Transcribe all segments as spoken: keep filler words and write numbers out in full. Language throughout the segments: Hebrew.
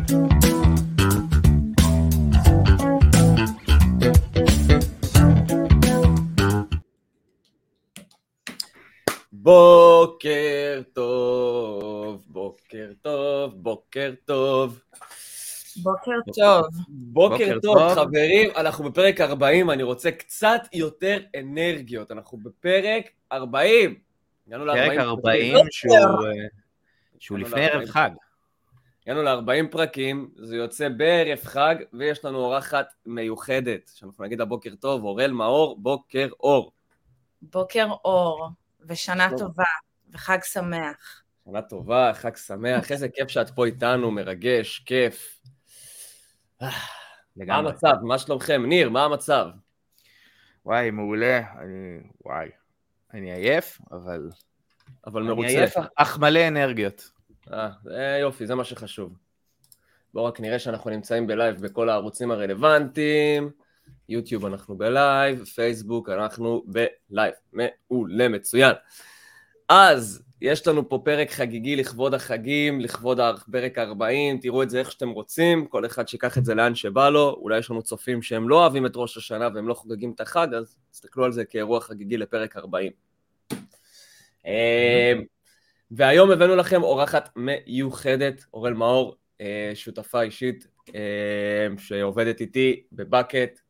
בוקר טוב, בוקר טוב, בוקר טוב. בוקר טוב. בוקר טוב, חברים, אנחנו בפרק ארבעים, אני רוצה קצת יותר אנרגיות, אנחנו בפרק ארבעים. פרק ארבעים שהוא לפני ערב חג. הגענו ל-ארבעים פרקים, זה יוצא בערב חג, ויש לנו אורחת מיוחדת, שאנחנו נגיד הבוקר טוב, אורל מאור, בוקר אור. בוקר אור, ושנה טובה, וחג שמח. שנה טובה, חג שמח, איזה כיף שאת פה איתנו, מרגש, כיף. מה המצב? מה שלומכם? ניר, מה המצב? וואי, מעולה, אני, וואי, אני עייף, אבל... אבל מרוצה. אני עייף, אך מלא אנרגיות. אה, יופי, זה מה שחשוב. בואו רק נראה שאנחנו נמצאים בלייב בכל הערוצים הרלוונטיים, יוטיוב אנחנו בלייב, פייסבוק אנחנו בלייב, מעולה, מצוין. אז יש לנו פה פרק חגיגי לכבוד החגים, לכבוד הפרק ארבעים, תראו את זה איך שאתם רוצים, כל אחד שיקח את זה לאן שבא לו, אולי יש לנו צופים שהם לא אוהבים את ראש השנה והם לא חוגגים את החג, אז תסתכלו על זה כאירוע חגיגי לפרק ארבעים. והיום הבאנו לכם אורחת מיוחדת, אורל מאור, שותפה אישית שעובדת איתי בבקט,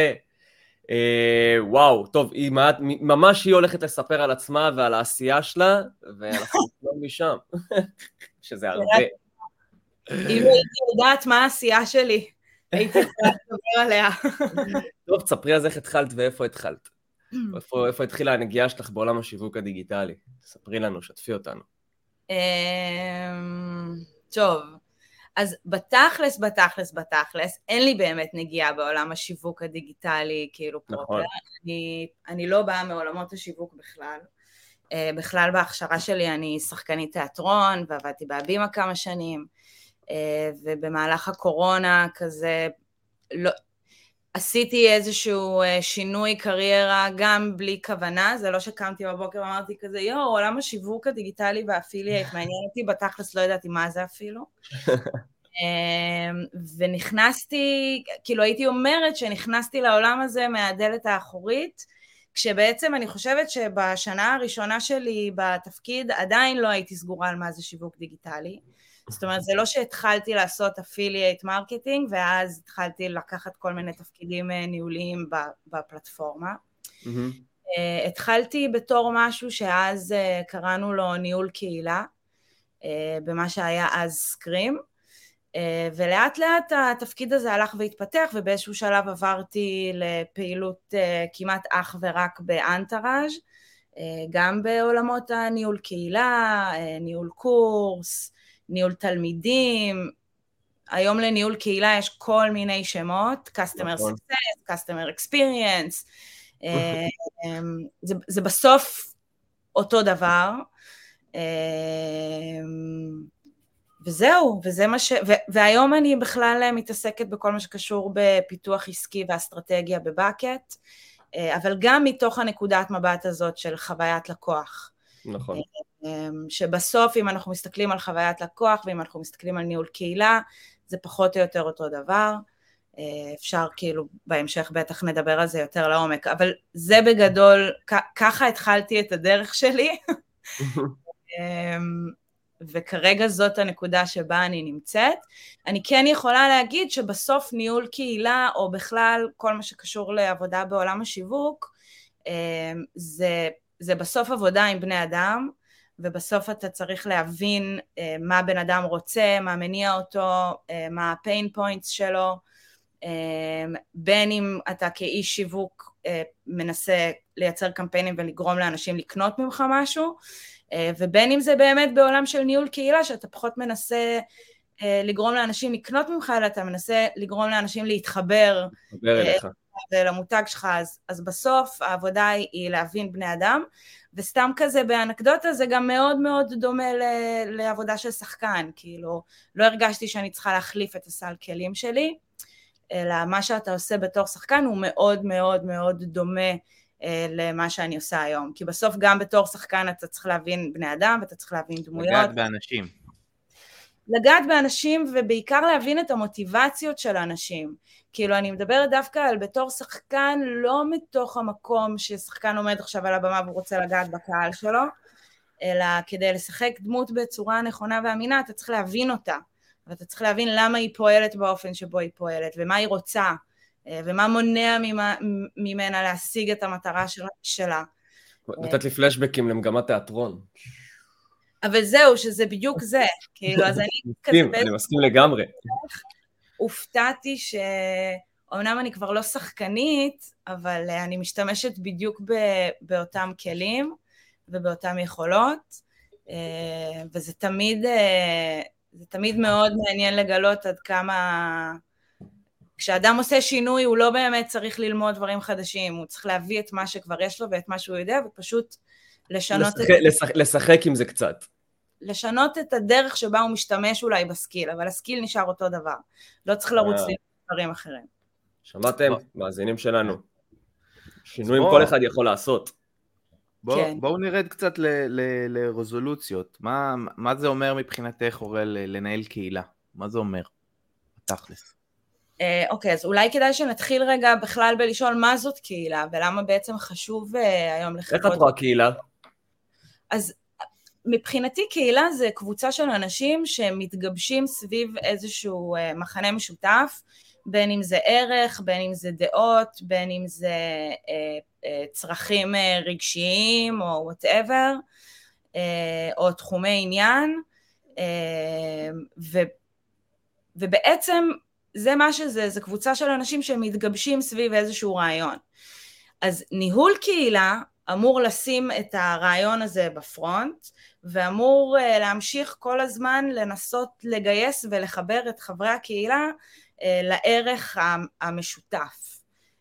ווואו, טוב, היא ממש היא הולכת לספר על עצמה ועל העשייה שלה, ואנחנו נתלום משם, שזה הרבה. אם הייתי יודעת מה העשייה שלי, הייתי יכולה לדבר עליה. טוב, תספרי אז איך התחלת ואיפה התחלת. איפה התחילה הנגיעה שלך בעולם השיווק הדיגיטלי? תספרי לנו, שתפי אותנו. טוב, אז בתכלס, בתכלס, בתכלס, אין לי באמת נגיעה בעולם השיווק הדיגיטלי, כאילו פרופר. אני, אני לא באה מעולמות השיווק בכלל. בכלל בהכשרה שלי אני שחקנית תיאטרון, ועבדתי בהבימה כמה שנים, ובמהלך הקורונה כזה, לא... עשיתי איזשהו שינוי קריירה גם בלי כוונה, זה לא שקמתי בבוקר ואמרתי כזה, יו, עולם השיווק הדיגיטלי והאפילייט, מעניין אותי, בתכלס לא ידעתי מה זה אפילו. ונכנסתי, כאילו הייתי אומרת שנכנסתי לעולם הזה מהדלת האחורית, כשבעצם אני חושבת שבשנה הראשונה שלי בתפקיד עדיין לא הייתי סגורה על מה זה שיווק דיגיטלי, זאת אומרת, זה לא שהתחלתי לעשות אפילייט מרקטינג, ואז התחלתי לקחת כל מיני תפקידים ניהוליים בפלטפורמה. התחלתי בתור משהו שאז קראנו לו ניהול קהילה, במה שהיה אז סקרים, ולאט לאט התפקיד הזה הלך והתפתח, ובאיזשהו שלב עברתי לפעילות כמעט אך ורק באנטראז', גם בעולמות הניהול קהילה, ניהול קורס, ניהול תלמידים, היום לניהול קהילה יש כל מיני שמות, Customer Success, Customer Experience, זה, זה בסוף אותו דבר, וזהו, וזה מה ש... והיום אני בכלל מתעסקת בכל מה שקשור בפיתוח עסקי ואסטרטגיה בבקט, אבל גם מתוך הנקודת מבט הזאת של חוויית לקוח. נכון. שבסוף אם אנחנו מסתכלים על חוויית לקוח ואם אנחנו מסתכלים על ניהול קהילה, זה פחות או יותר אותו דבר, אפשר כאילו בהמשך בטח נדבר על זה יותר לעומק, אבל זה בגדול, ככה התחלתי את הדרך שלי, וכרגע זאת הנקודה שבה אני נמצאת. אני כן יכולה להגיד שבסוף ניהול קהילה, או בכלל כל מה שקשור לעבודה בעולם השיווק, זה, זה בסוף עבודה עם בני אדם, ובסוף אתה צריך להבין מה בן אדם רוצה, מה מניע אותו, מה הפיין פוינטס שלו, בין אם אתה כאיש שיווק מנסה לייצר קמפיינים ולגרום לאנשים לקנות ממך משהו, ובין אם זה באמת בעולם של ניהול קהילה, שאתה פחות מנסה לגרום לאנשים לקנות ממך, אלא אתה מנסה לגרום לאנשים להתחבר למותג שלך, אז, אז בסוף העבודה היא להבין בני אדם, וסתם כזה באנקדוטה זה גם מאוד מאוד דומה ל- לעבודה של שחקן, כאילו לא הרגשתי שאני צריכה להחליף את הסל כלים שלי, אלא מה שאתה עושה בתור שחקן הוא מאוד מאוד מאוד דומה למה שאני עושה היום, כי בסוף גם בתור שחקן אתה צריך להבין בני אדם, ואתה צריך להבין דמויות. לגעת באנשים. לגעת באנשים ובעיקר להבין את המוטיבציות של האנשים. כאילו אני מדברת דווקא על בתור שחקן, לא מתוך המקום ששחקן עומד עכשיו על הבמה והוא רוצה לגעת בקהל שלו, אלא כדי לשחק דמות בצורה נכונה ואמינה, אתה צריך להבין אותה, ואתה צריך להבין למה היא פועלת באופן שבו היא פועלת, ומה היא רוצה, ומה מונע ממנה להשיג את המטרה שלה. נתת לי פלשבקים למגמת תיאטרון. אבל זהו, שזה בדיוק זה. כאילו, אז אני... מסכים, אני מסכים לגמרי. הופתעתי שאומנם אני כבר לא שחקנית, אבל אני משתמשת בדיוק באותם כלים ובאותם יכולות, וזה תמיד, זה תמיד מאוד מעניין לגלות עד כמה... כשאדם עושה שינוי, הוא לא באמת צריך ללמוד דברים חדשים, הוא צריך להביא את מה שכבר יש לו ואת מה שהוא יודע, ופשוט לשנות לשחק, את... לשחק, לשחק עם זה קצת. לשנות את הדרך שבה הוא משתמש אולי בסקיל, אבל הסקיל נשאר אותו דבר. לא צריך לרוץ לדברים אחרים. שמעתם? מאזינים שלנו. שינויים כל אחד יכול לעשות. בואו נרד קצת לרזולוציות. מה זה אומר מבחינתך, אורל, לנהל קהילה? מה זה אומר? תכלס. אוקיי, אז אולי כדאי שנתחיל רגע בכלל בלשאול מה זאת קהילה, ולמה בעצם חשוב היום לחכות... איך את רואה קהילה? אז מבחינתי קהילה זה קבוצה של אנשים שמתגבשים סביב איזשהו מחנה משותף, בין אם זה ערך, בין אם זה דעות, בין אם זה צרכים רגשיים או whatever, או תחומי עניין, ו, ובעצם זה מה שזה, זה קבוצה של אנשים שמתגבשים סביב איזשהו רעיון. אז ניהול קהילה אמור לשים את הרעיון הזה בפרונט, ואמור להמשיך כל הזמן לנסות לגייס ולחבר את חברי הקהילה לערך המשותף.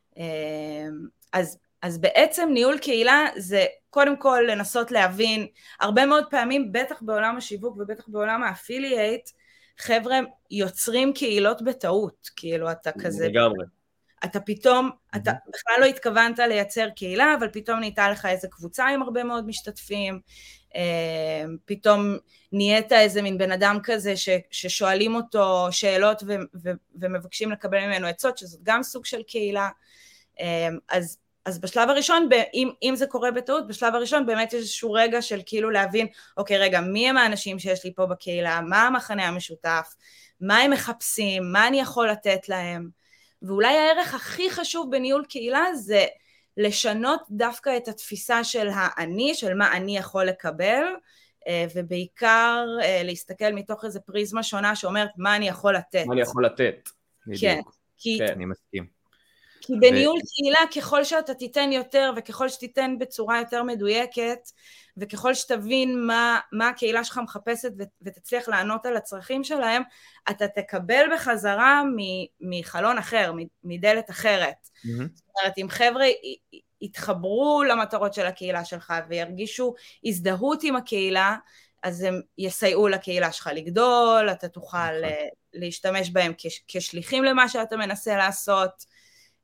אז, אז בעצם ניהול קהילה זה קודם כל לנסות להבין, הרבה מאוד פעמים, בטח בעולם השיווק ובטח בעולם האפילייט, חבר'ה יוצרים קהילות בטעות, כאילו אתה כזה... לגמרי. אתה פתאום, אתה בכלל לא התכוונת לייצר קהילה, אבל פתאום נהייתה לך איזה קבוצה עם הרבה מאוד משתתפים, פתאום נהיית איזה מין בן אדם כזה ש, ששואלים אותו שאלות ו, ו, ומבקשים לקבל ממנו עצות, שזאת גם סוג של קהילה. אז, אז בשלב הראשון, אם, אם זה קורה בטעות, בשלב הראשון באמת יש איזשהו רגע של כאילו להבין, אוקיי, רגע, מי הם האנשים שיש לי פה בקהילה, מה המחנה המשותף, מה הם מחפשים, מה אני יכול לתת להם, ואולי הערך הכי חשוב בניהול קהילה זה לשנות דווקא את התפיסה של האני, של מה אני יכול לקבל, ובעיקר להסתכל מתוך איזו פריזמה שונה שאומרת מה אני יכול לתת. מה אני יכול לתת. כן. כי, כן. אני מסכים. כי בניהול ו... קהילה, ככל שאתה תיתן יותר, וככל שתיתן בצורה יותר מדויקת, וככל שתבין מה, מה הקהילה שלך מחפשת, ו- ותצליח לענות על הצרכים שלהם, אתה תקבל בחזרה מ- מחלון אחר, מדלת אחרת. Mm-hmm. זאת אומרת, אם חבר'ה יתחברו למטרות של הקהילה שלך, וירגישו הזדהות עם הקהילה, אז הם יסייעו לקהילה שלך לגדול, אתה תוכל okay. להשתמש בהם כ- כשליחים למה שאתה מנסה לעשות,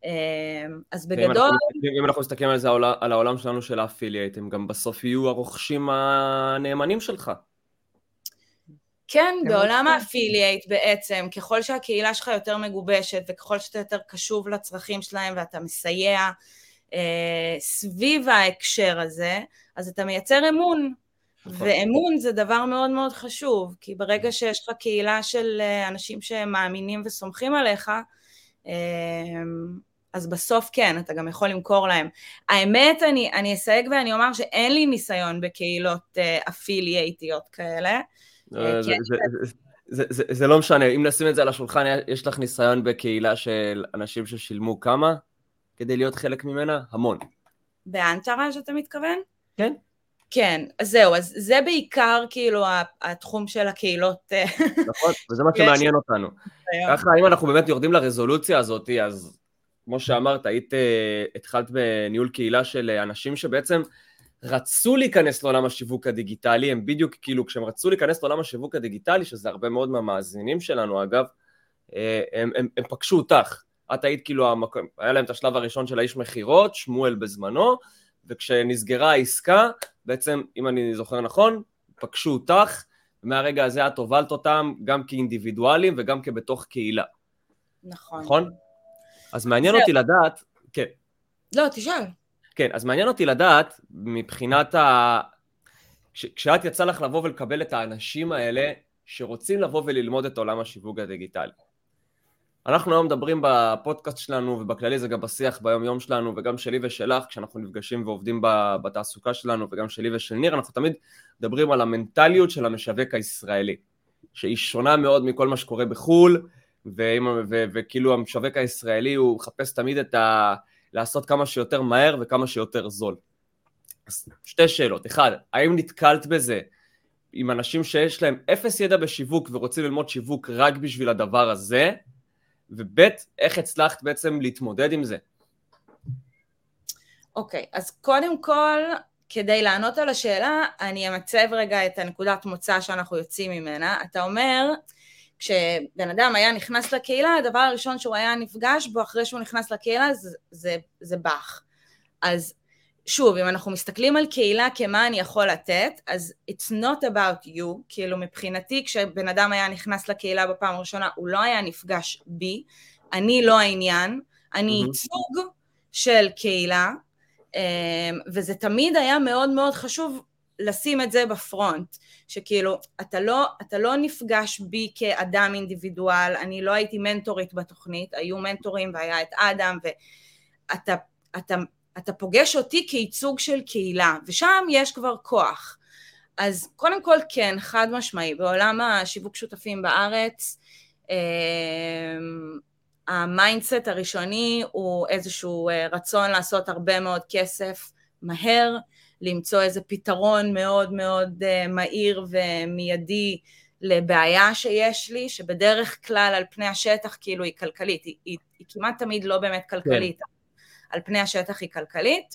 אז בגדול... אם אנחנו מסתכלים על זה, על העולם שלנו של האפילייט, הם גם בסוף יהיו הרוכשים הנאמנים שלך. כן, בעולם האפילייט בעצם, ככל שהקהילה שלך יותר מגובשת, וככל שאתה יותר קשוב לצרכים שלהם, ואתה מסייע סביב ההקשר הזה, אז אתה מייצר אמון. ואמון זה דבר מאוד מאוד חשוב, כי ברגע שיש לך קהילה של אנשים שמאמינים וסומכים עליך, אז בסוף כן, אתה גם יכול למכור להם. האמת, אני, אני אסייג ואני אומר שאין לי ניסיון בקהילות אפילייטיות כאלה. זה לא משנה, אם נשים את זה על השולחן, יש לך ניסיון בקהילה של אנשים ששילמו כמה כדי להיות חלק ממנה? המון. באנטראז' אתה מתכוון? כן. כן, אז זהו, אז זה בעיקר כאילו התחום של הקהילות. נכון, וזה מה שמעניין אותנו. ככה, אם אנחנו באמת יורדים לרזולוציה הזאת, אז כמו שאמרת, היית, התחלת בניהול קהילה של אנשים שבעצם רצו להיכנס לעולם השיווק הדיגיטלי, הם בדיוק כאילו, כשהם רצו להיכנס לעולם השיווק הדיגיטלי, שזה הרבה מאוד מהמאזינים שלנו, אגב, הם, הם, הם פגשו אותך. את היית כאילו, המקום, היה להם את השלב הראשון של האיש מחירות, שמואל בזמנו, וכשנסגרה העסקה, בעצם, אם אני זוכר נכון, פגשו אותך, ומהרגע הזה את הובלת אותם גם כאינדיבידואלים וגם כבתוך קהילה. נכון. נכון? אז מעניין אותי לדעת, כן. לא, תשאל. כן, אז מעניין אותי לדעת, מבחינת ה... כש, כשאת יצא לך לבוא ולקבל את האנשים האלה, שרוצים לבוא וללמוד את עולם השיווק הדיגיטלי. אנחנו היום מדברים בפודקאסט שלנו, ובכללי זה גם בשיח ביום יום שלנו, וגם שלי ושלך, כשאנחנו נפגשים ועובדים בתעסוקה שלנו, וגם שלי ושל ניר, אנחנו תמיד מדברים על המנטליות של המשווק הישראלי, שהיא שונה מאוד מכל מה שקורה בחול, וכאילו המשווק הישראלי הוא מחפש תמיד את ה... לעשות כמה שיותר מהר וכמה שיותר זול. אז שתי שאלות. אחד, האם נתקלת בזה עם אנשים שיש להם אפס ידע בשיווק ורוצים ללמוד שיווק רק בשביל הדבר הזה? ובית, איך הצלחת בעצם להתמודד עם זה? אוקיי, okay, אז קודם כל, כדי לענות על השאלה, אני אמצב רגע את הנקודת מוצא שאנחנו יוצאים ממנה. אתה אומר, כשבן אדם היה נכנס לקהילה, הדבר הראשון שהוא היה נפגש בו אחרי שהוא נכנס לקהילה, זה, זה, זה בח. אז שוב, אם אנחנו מסתכלים על קהילה כמה אני יכול לתת, אז it's not about you, כאילו מבחינתי, כשבן אדם היה נכנס לקהילה בפעם הראשונה, הוא לא היה נפגש בי, אני לא העניין, אני ייצוג של קהילה, וזה תמיד היה מאוד מאוד חשוב לשים את זה בפרונט, שכאילו, אתה לא, אתה לא נפגש בי כאדם אינדיבידואל, אני לא הייתי מנטורית בתוכנית, היו מנטורים והיה את אדם, ואתה, אתה, אתה פוגש אותי כייצוג של קהילה, ושם יש כבר כוח. אז קודם כל כן, חד משמעי, בעולם השיווק שותפים בארץ, המיינדסט הראשוני הוא איזשהו רצון לעשות הרבה מאוד כסף מהר, למצוא איזה פתרון מאוד מאוד מהיר ומיידי לבעיה שיש לי, שבדרך כלל על פני השטח כאילו היא כלכלית, היא, היא, היא כמעט תמיד לא באמת כלכלית, כן. על פני השטח היא כלכלית,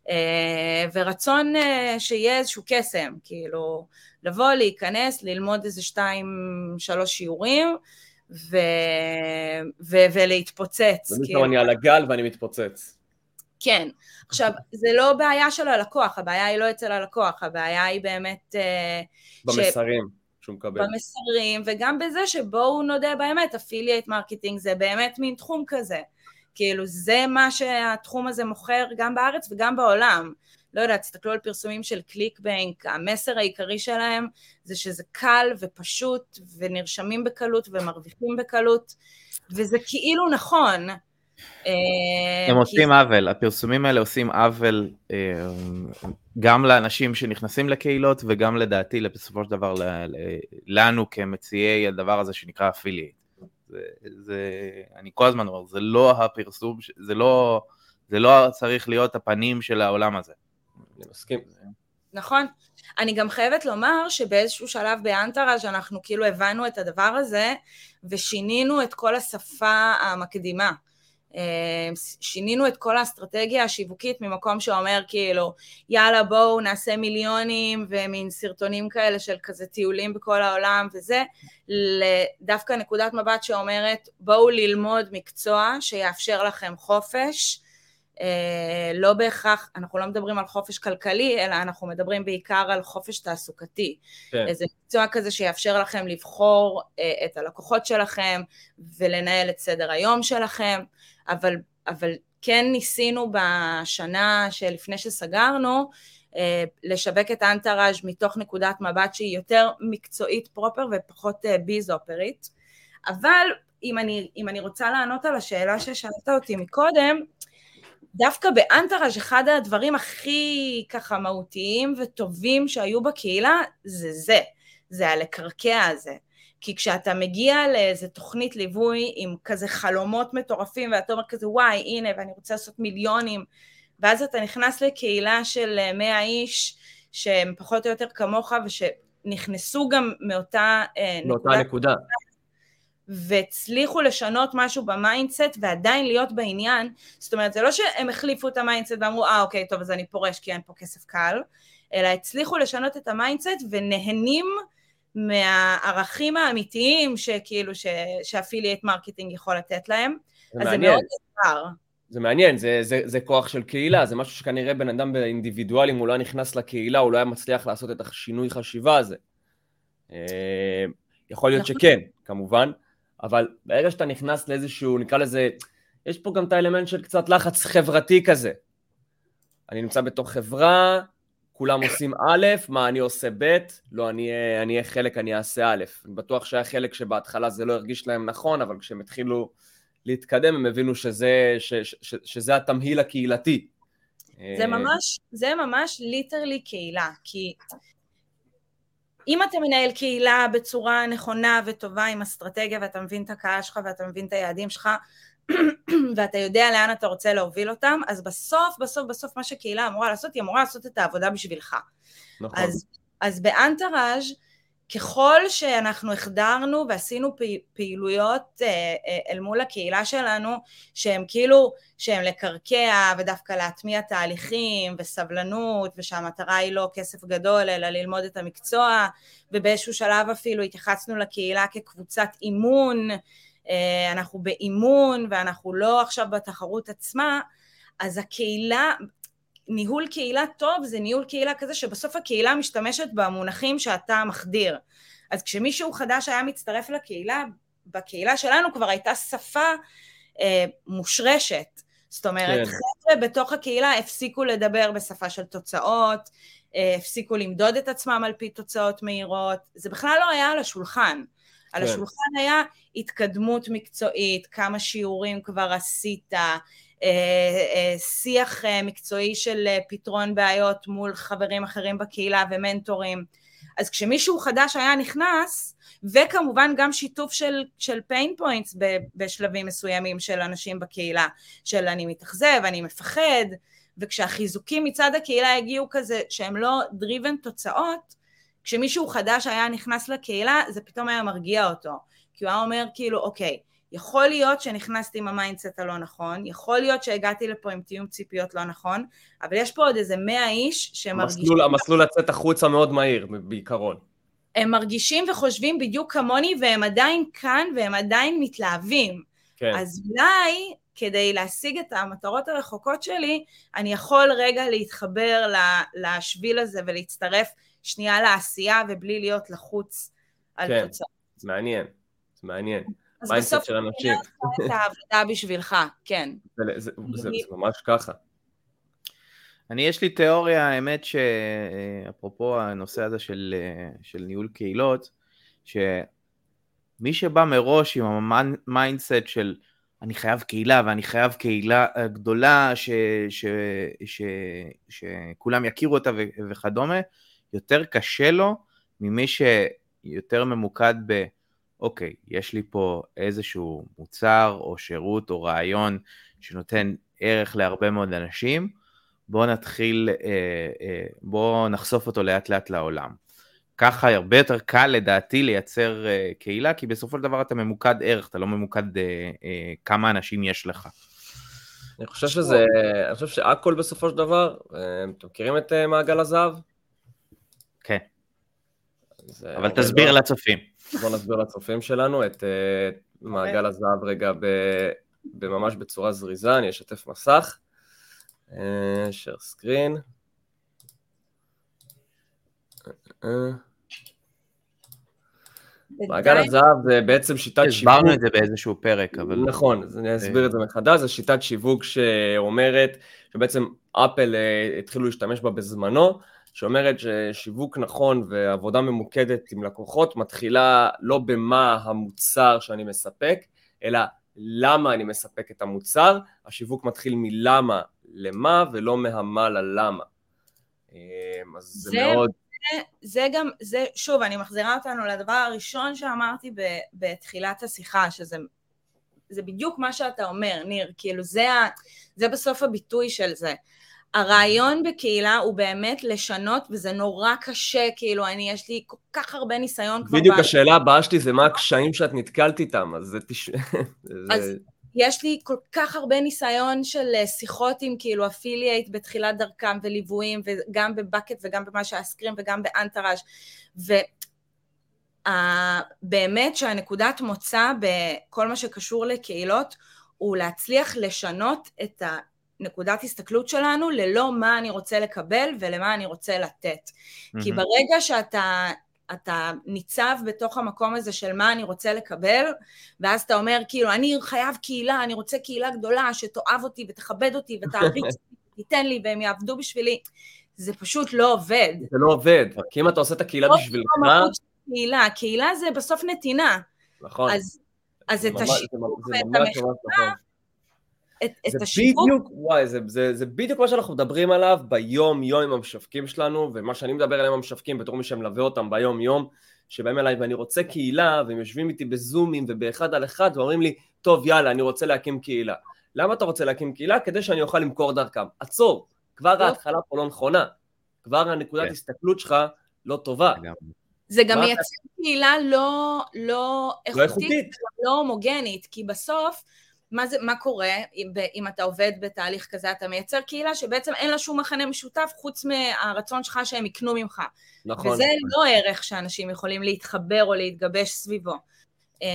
ורצון שיהיה איזשהו קסם, כאילו לבוא, להיכנס, ללמוד איזה שתיים, שלוש שיעורים, ו... ו... ולהתפוצץ. כאילו אני על הגל ואני מתפוצץ. כן, עכשיו זה לא בעיה של הלקוח, הבעיה היא לא אצל הלקוח, הבעיה היא באמת... במסרים ש... שהוא מקבל. במסרים, וגם בזה שבואו נודה באמת, אפילייט מרקטינג זה באמת מין תחום כזה, כאילו זה מה שהתחום הזה מוכר גם בארץ וגם בעולם, לא יודעת, תסתכלו על פרסומים של קליק בנק, המסר העיקרי שלהם זה שזה קל ופשוט ונרשמים בקלות ומרוויחים בקלות, וזה כאילו נכון. הם עושים עוול, הפרסומים האלה עושים עוול גם לאנשים שנכנסים לקהילות וגם לדעתי בסופו של דבר לנו כמציעי הדבר הזה שנקרא אפילייט. זה, זה, אני כל הזמן אומר, זה לא הפרסום, זה לא, זה לא צריך להיות הפנים של העולם הזה. אני מסכים. נכון. אני גם חייבת לומר שבאיזשהו שלב באנטראז' אנחנו כאילו הבנו את הדבר הזה, ושינינו את כל השפה המקדימה. שינינו את כל האסטרטגיה השיווקית ממקום שאומר כאילו, יאללה בואו נעשה מיליונים, ומין סרטונים כאלה של כזה טיולים בכל העולם וזה, לדווקא נקודת מבט שאומרת, בואו ללמוד מקצוע שיאפשר לכם חופש, לא בהכרח, אנחנו לא מדברים על חופש כלכלי, אלא אנחנו מדברים בעיקר על חופש תעסוקתי. כן. איזה מקצוע כזה שיאפשר לכם לבחור את הלקוחות שלכם, ולנהל את סדר היום שלכם, אבל, אבל כן ניסינו בשנה שלפני שסגרנו, לשווק את אנטראז' מתוך נקודת מבט שהיא יותר מקצועית פרופר, ופחות ביז אופרית. אבל אם אני, אם אני רוצה לענות על השאלה ששאלת אותי מקודם, דווקא באנטראז' אחד הדברים הכי ככה מהותיים וטובים שהיו בקהילה, זה זה, זה הלקרקע הזה. כי כשאתה מגיע לאיזו תוכנית ליווי עם כזה חלומות מטורפים, ואתה אומר כזה, וואי, הנה, ואני רוצה לעשות מיליונים, ואז אתה נכנס לקהילה של מאה איש, שהם פחות או יותר כמוך, ושנכנסו גם מאותה מאותה נקודה. נקודה. והצליחו לשנות משהו במיינדסט ועדיין להיות בעניין, זאת אומרת, זה לא שהם החליפו את המיינדסט ואמרו, אה, אוקיי, טוב, אז אני פורש כי אין פה כסף קל, אלא הצליחו לשנות את המיינדסט ונהנים מהערכים האמיתיים שכאילו, שאפילייט מרקטינג יכול לתת להם. אז זה מאוד דבר. זה מעניין, זה, זה, זה כוח של קהילה, זה משהו שכנראה בן אדם באינדיבידואל, אם הוא לא נכנס לקהילה, הוא לא היה מצליח לעשות את השינוי חשיבה הזה. יכול להיות שכן, כמובן, אבל ברגע שאתה נכנס לאיזשהו, נקרא לזה, יש פה גם את האלמנט של קצת לחץ חברתי כזה. אני נמצא בתוך חברה, כולם עושים א', מה אני עושה ב', לא, אני אהיה חלק, אני אעשה א'. אני בטוח שהיה חלק שבהתחלה זה לא הרגיש להם נכון, אבל כשהם התחילו להתקדם, הם הבינו שזה, ש, ש, ש, שזה התמהיל הקהילתי. זה ממש, זה ממש ליטרלי קהילה, כי אם אתה מנהל קהילה בצורה נכונה וטובה עם אסטרטגיה, ואתה מבין את הקהל שלך, ואתה מבין את היעדים שלך, ואתה יודע לאן אתה רוצה להוביל אותם, אז בסוף, בסוף, בסוף מה שקהילה אמורה לעשות, היא אמורה לעשות את העבודה בשבילך. נכון. אז, אז באנטראז' ככל שאנחנו החדרנו ועשינו פעילויות אל מול הקהילה שלנו, שהם כאילו, שהם לקרקע ודווקא להטמיע תהליכים וסבלנות, ושהמטרה היא לא כסף גדול, אלא ללמוד את המקצוע, ובאיזשהו שלב אפילו התייחסנו לקהילה כקבוצת אימון, אנחנו באימון ואנחנו לא עכשיו בתחרות עצמה, אז הקהילה, ניהול קהילה טוב זה ניהול קהילה כזה שבסוף הקהילה משתמשת במונחים שאתה מחדיר. אז כשמישהו חדש היה מצטרף לקהילה, בקהילה שלנו כבר הייתה שפה אה, מושרשת. זאת אומרת, כן. חבר'ה בתוך הקהילה הפסיקו לדבר בשפה של תוצאות, אה, הפסיקו למדוד את עצמם על פי תוצאות מהירות, זה בכלל לא היה על השולחן. על כן. השולחן היה התקדמות מקצועית, כמה שיעורים כבר עשית, שיח מקצועי של פתרון בעיות מול חברים אחרים בקהילה ומנטורים. אז כשמישהו חדש היה נכנס, וכמובן גם שיתוף של, של pain points בשלבים מסוימים של אנשים בקהילה, של אני מתאכזב, אני מפחד, וכשהחיזוקים מצד הקהילה הגיעו כזה שהם לא driven תוצאות, כשמישהו חדש היה נכנס לקהילה, זה פתאום היה מרגיע אותו, כי הוא היה אומר כאילו, אוקיי, יכול להיות שנכנסתי עם המיינדסט הלא נכון, יכול להיות שהגעתי לפה עם תיאום ציפיות לא נכון, אבל יש פה עוד איזה מאה איש שמרגישים... המסלול, המסלול לצאת החוצה מאוד מהיר, בעיקרון. הם מרגישים וחושבים בדיוק כמוני, והם עדיין כאן, והם עדיין מתלהבים. כן. אז אולי, כדי להשיג את המטרות הרחוקות שלי, אני יכול רגע להתחבר לשביל הזה, ולהצטרף שנייה לעשייה, ובלי להיות לחוץ על כן. תוצאה. כן, מעניין, זה מעניין. אז בסוף אני עושה את העבודה בשבילך, כן. זה, זה, זה, זה ממש ככה. אני יש לי תיאוריה, האמת שאפרופו הנושא הזה של, של ניהול קהילות, שמי שבא מראש עם המיינדסט של אני חייב קהילה ואני חייב קהילה גדולה ש, ש, ש, ש, שכולם יכירו אותה וכדומה, יותר קשה לו ממי שיותר ממוקד ב... אוקיי, יש לי פה איזשהו מוצר או שירות או רעיון שנותן ערך להרבה מאוד אנשים, בואו נתחיל, בואו נחשוף אותו לאט לאט לעולם. ככה הרבה יותר קל לדעתי לייצר קהילה, כי בסופו של דבר אתה ממוקד ערך, אתה לא ממוקד כמה אנשים יש לך. אני חושב שזה, אני חושב שהכל בסופו של דבר, אתם מכירים את מעגל הזהב? כן. אבל תסביר לצופים. בואו נסביר לצופים שלנו את מעגל הזהב רגע ממש בצורה זריזה, אני אשתף מסך. share screen. מעגל הזהב זה בעצם שיטת שיווק. הסברנו את זה באיזשהו פרק, אבל... נכון, אז אני אסביר את זה מחדש, זה שיטת שיווק שאומרת, שבעצם אפל התחילו להשתמש בה בזמנו, שאומרת ששיווק נכון ועבודה ממוקדת עם לקוחות מתחילה לא במה המוצר שאני מספק, אלא למה אני מספק את המוצר. השיווק מתחיל מלמה למה ולא מהמה ללמה. אז זה, זה מאוד... זה, זה גם, זה, שוב, אני מחזירה אותנו לדבר הראשון שאמרתי ב, בתחילת השיחה, שזה זה בדיוק מה שאתה אומר, ניר, כאילו זה, זה בסוף הביטוי של זה. הרעיון בקהילה הוא באמת לשנות, וזה נורא קשה, כאילו, אני, יש לי כל כך הרבה ניסיון כבר... בדיוק השאלה הבאה שלי זה מה הקשיים שאת נתקלת איתם, אז זה תש... אז יש לי כל כך הרבה ניסיון של שיחות עם כאילו אפילייט בתחילת דרכם וליוויים, וגם בבקט וגם במה שהאסקרים וגם באנטראז', ובאמת שהנקודת מוצא בכל מה שקשור לקהילות, הוא להצליח לשנות את ה... נקודת הסתכלות שלנו ללא מה אני רוצה לקבל ולמה אני רוצה לתת. Mm-hmm. כי ברגע שאתה אתה ניצב בתוך המקום הזה של מה אני רוצה לקבל, ואז אתה אומר, כאילו, אני חייב קהילה, אני רוצה קהילה גדולה שתאהב אותי ותכבד אותי ותעריץ אותי, תיתן לי והם יעבדו בשבילי. זה פשוט לא עובד. זה לא עובד, כי אם אתה עושה את הקהילה בשבילך... קהילה, קהילה זה בסוף נתינה. נכון. אז, אז את השיווק ואת המחקר, את, את השיווק... בדיוק, וואי, זה, זה, זה בדיוק מה שאנחנו מדברים עליו ביום יום עם המשווקים שלנו, ומה שאני מדבר עליהם המשווקים בתור מי שמלווה אותם ביום יום, שבאים אליי ואני רוצה קהילה, והם יושבים איתי בזומים ובאחד על אחד, ואומרים לי, טוב יאללה, אני רוצה להקים קהילה. למה אתה רוצה להקים קהילה? כדי שאני אוכל למכור דרכם. עצור, כבר ההתחלה פה לא נכונה, כבר הנקודת הסתכלות שלך לא טובה. זה גם מייצר קהילה לא, לא איכותית, לא הומוגנית, כי בסוף, מה, זה, מה קורה אם, אם אתה עובד בתהליך כזה, אתה מייצר קהילה שבעצם אין לה שום מחנה משותף, חוץ מהרצון שלך שהם יקנו ממך. נכון. וזה לא ערך שאנשים יכולים להתחבר או להתגבש סביבו. נכון.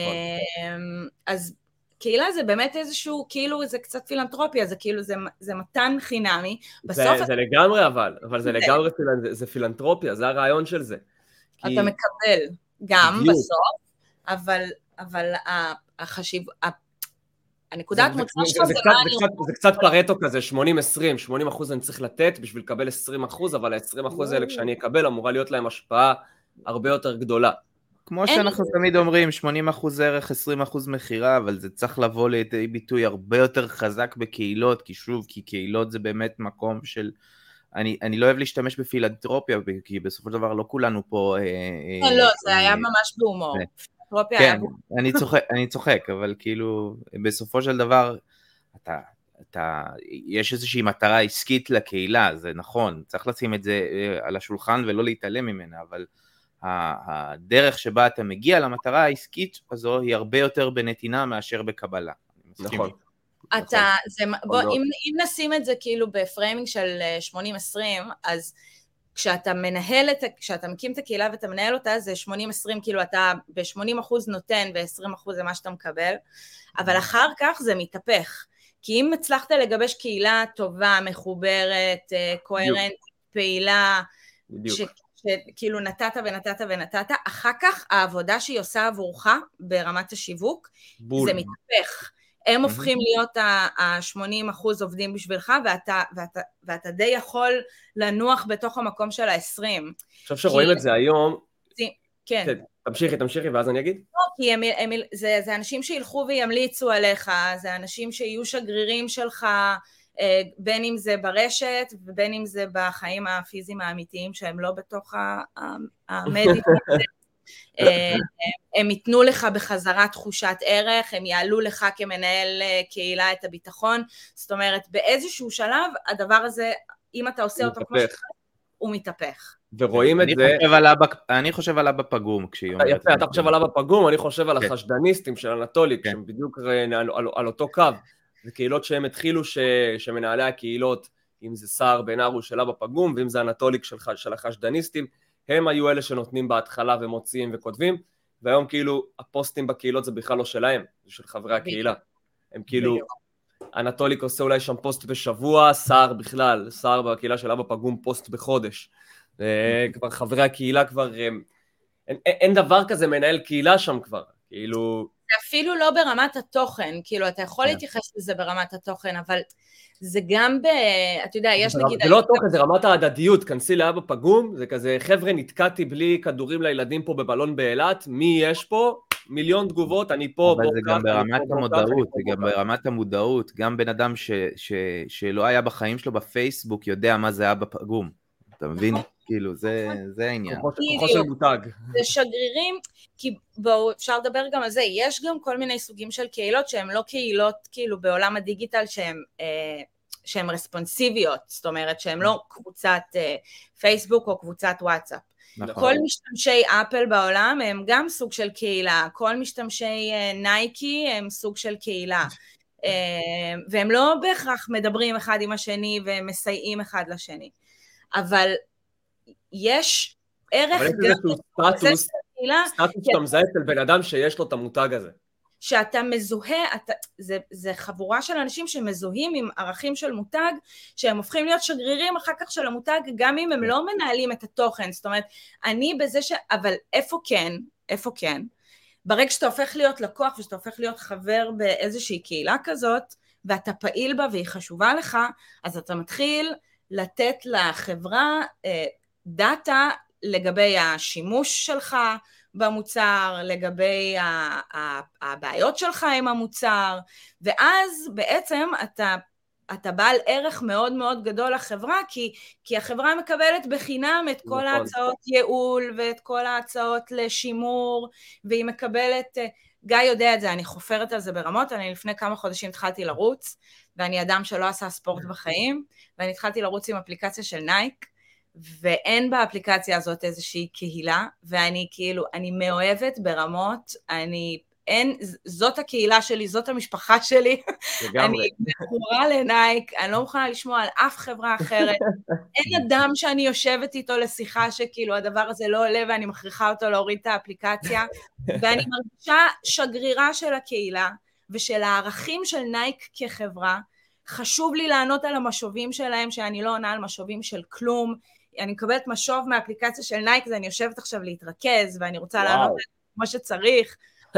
אז קהילה זה באמת איזשהו, כאילו זה קצת פילנטרופיה, זה כאילו, זה, זה מתן חינמי. בסוף זה, זה לגמרי אבל, אבל זה, זה לגמרי זה, זה פילנטרופיה, זה הרעיון של זה. אתה כי... מקבל גם בדיוק. בסוף, אבל, אבל החשיב, הנקודת מוצא שלך זה מה אני רוצה. זה קצת פרטו כזה, שמונים עשרים, שמונים אחוז אני צריך לתת בשביל לקבל עשרים אחוז, אבל ה-עשרים אחוז האלה כשאני אקבל אמורה להיות להם השפעה הרבה יותר גדולה. כמו שאנחנו תמיד אומרים, שמונים אחוז ערך, עשרים אחוז מחירה, אבל זה צריך לבוא לידי ביטוי הרבה יותר חזק בקהילות, כי שוב, כי קהילות זה באמת מקום של... אני, אני לא אוהב להשתמש בפילנטרופיה, כי בסופו של דבר לא כולנו פה... כן, לא, זה היה ממש בהומור. כן, אני צוחק, אני צוחק, אבל כאילו, בסופו של דבר, אתה, אתה, יש איזושהי מטרה עסקית לקהילה, זה נכון, צריך לשים את זה על השולחן ולא להתעלם ממנה, אבל הדרך שבה אתה מגיע למטרה העסקית הזו, היא הרבה יותר בנתינה מאשר בקבלה. נכון. אתה, זה, בוא, אם, אם נשים את זה כאילו בפריימינג של שמונים עשרים, אז כשאתה מנהל את, כשאתה מקים את הקהילה ואתה מנהל אותה, זה שמונים עשרים, כאילו אתה ב-שמונים אחוז נותן ו-עשרים אחוז זה מה שאתה מקבל, אבל אחר כך זה מתהפך, כי אם הצלחת לגבש קהילה טובה, מחוברת, קוהרנטית, פעילה, שכאילו נתת ונתת ונתת, אחר כך העבודה שהיא עושה עבורך ברמת השיווק, זה מתהפך. הם הופכים להיות ה-שמונים אחוז עובדים בשבילך, ואתה, ואתה, ואתה די יכול לנוח בתוך המקום של ה-עשרים. עכשיו שרואים את זה היום, כן. תמשיכי, תמשיכי, ואז אני אגיד. לא, כי הם, הם, זה, זה אנשים שילכו וימליצו עליך, זה אנשים שיהיו שגרירים שלך, בין אם זה ברשת, ובין אם זה בחיים הפיזיים האמיתיים, שהם לא בתוך המדיה. הם ייתנו לך בחזרה תחושת ערך, הם יעלו לך כמנהל קהילה את הביטחון, זאת אומרת באיזשהו שלב הדבר הזה, אם אתה עושה אותו כמו שצריך, הוא מתהפך. ורואים את זה... אני חושב עליו בפגום כשהיא אומרת. יפה, אתה חושב עליו בפגום, אני חושב על החשדניסטים של אנטוליק, שהם בדיוק על אותו קו, זה קהילות שהם התחילו שמנהלי הקהילות, אם זה סער בן ארו שלה בפגום, ואם זה אנטוליק של החשדניסטים, הם היו אלה שנותנים בהתחלה ומוציאים וכותבים, והיום כאילו הפוסטים בקהילות זה בכלל לא שלהם, זה של חברי הקהילה. הם כאילו, אנטוליק עושה אולי שם פוסט בשבוע, סער בכלל, סער בקהילה שלה בפגום פוסט בחודש. כבר חברי הקהילה כבר, אין דבר כזה מנהל קהילה שם כבר, כאילו... זה אפילו לא ברמת התוכן, כאילו אתה יכול להתייחס לזה ברמת התוכן, אבל... זה גם ב... אתה יודע, יש נגיד... זה לא תוכן, זה רמת ההדדיות, כנסי לאבא פגום, זה כזה, חבר'ה, נתקעתי בלי כדורים לילדים פה בבלון באילת, מי יש פה? מיליון תגובות, אני פה... אבל זה גם ברמת המודעות, זה גם ברמת המודעות, גם בן אדם שלא היה בחיים שלו בפייסבוק יודע מה זה אבא פגום, אתה מבין? כאילו, זה העניין. כוחו של מותג. זה שגרירים, כי בואו, אפשר לדבר גם על זה, יש גם כל מיני סוגים של קהילות, שהן לא קהילות, כאילו, בעולם הדיגיטל, שהן רספונסיביות, זאת אומרת, שהן לא קבוצת פייסבוק או קבוצת וואטסאפ. כל משתמשי אפל בעולם הם גם סוג של קהילה, כל משתמשי נייקי הם סוג של קהילה, והם לא בהכרח מדברים אחד עם השני ומסייעים אחד לשני, אבל יש ערך גם... אבל יש איזשהו סטטוס, סטטוס שאתה מזהה אצל בן אדם שיש לו את המותג הזה. שאתה מזוהה, אתה, זה, זה חבורה של אנשים שמזוהים עם ערכים של מותג, שהם הופכים להיות שגרירים אחר כך של המותג, גם אם הם לא מנהלים את התוכן, זאת אומרת, אני בזה ש... אבל איפה כן, איפה כן, ברגע שאתה הופך להיות לקוח, ושאתה הופך להיות חבר באיזושהי קהילה כזאת, ואתה פעיל בה והיא חשובה לך, אז אתה מתחיל לתת לחברה אה, דאטה לגבי השימוש שלך במוצר, לגבי הבעיות שלך עם המוצר, ואז בעצם אתה, אתה בעל ערך מאוד מאוד גדול לחברה, כי, כי החברה מקבלת בחינם את כל ההצעות ייעול, ואת כל ההצעות לשימור, והיא מקבלת, גיא יודע את זה, אני חופרת על זה ברמות, אני לפני כמה חודשים התחלתי לרוץ, ואני אדם שלא עשה ספורט בחיים, ואני התחלתי לרוץ עם אפליקציה של נייק, ואין באפליקציה הזאת איזושהי קהילה, ואני כאילו, אני מאוהבת ברמות, אני, אין, זאת הקהילה שלי, זאת המשפחה שלי, אני מכורה לנייק, אני לא מוכנה לשמוע על אף חברה אחרת, אין אדם שאני יושבת איתו לשיחה שכאילו הדבר הזה לא עולה, ואני מכריחה אותו להוריד את האפליקציה, ואני מרגישה שגרירה של הקהילה, ושל הערכים של נייק כחברה, חשוב לי לענות על המשובים שלהם, שאני לא עונה על משובים של כלום, אני מקבלת משוב מהאפליקציה של נייק, אז אני יושבת עכשיו להתרכז, ואני רוצה וואו. לענות כמו שצריך,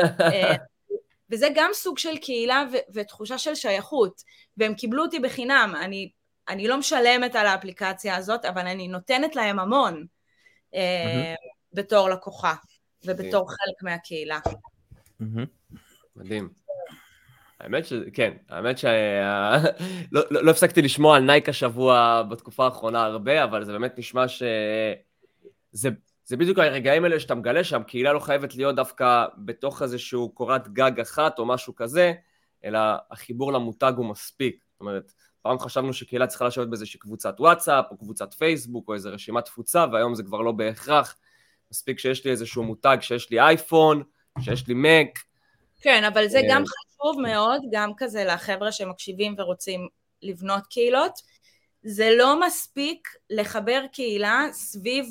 וזה גם סוג של קהילה ו- ותחושה של שייכות, והם קיבלו אותי בחינם, אני, אני לא משלמת על האפליקציה הזאת, אבל אני נותנת להם המון, mm-hmm. בתור לקוחה, ובתור מדהים. חלק מהקהילה. Mm-hmm. מדהים. האמת ש... כן, האמת ש... לא, לא, לא הפסקתי לשמוע על נייק השבוע בתקופה האחרונה הרבה, אבל זה באמת נשמע ש... זה, זה בדיוק הרגעים האלה שאתה מגלה שהקהילה לא חייבת להיות דווקא בתוך איזשהו קורת גג אחת או משהו כזה, אלא החיבור למותג הוא מספיק. זאת אומרת, פעם חשבנו שקהילה צריכה לשבת באיזושהי קבוצת וואטסאפ או קבוצת פייסבוק או איזו רשימת תפוצה, והיום זה כבר לא בהכרח. מספיק שיש לי איזשהו מותג, שיש לי אייפון, שיש לי מק. כן, אבל זה גם חשוב מאוד, גם כזה לחבר'ה שמקשיבים ורוצים לבנות קהילות, זה לא מספיק לחבר קהילה סביב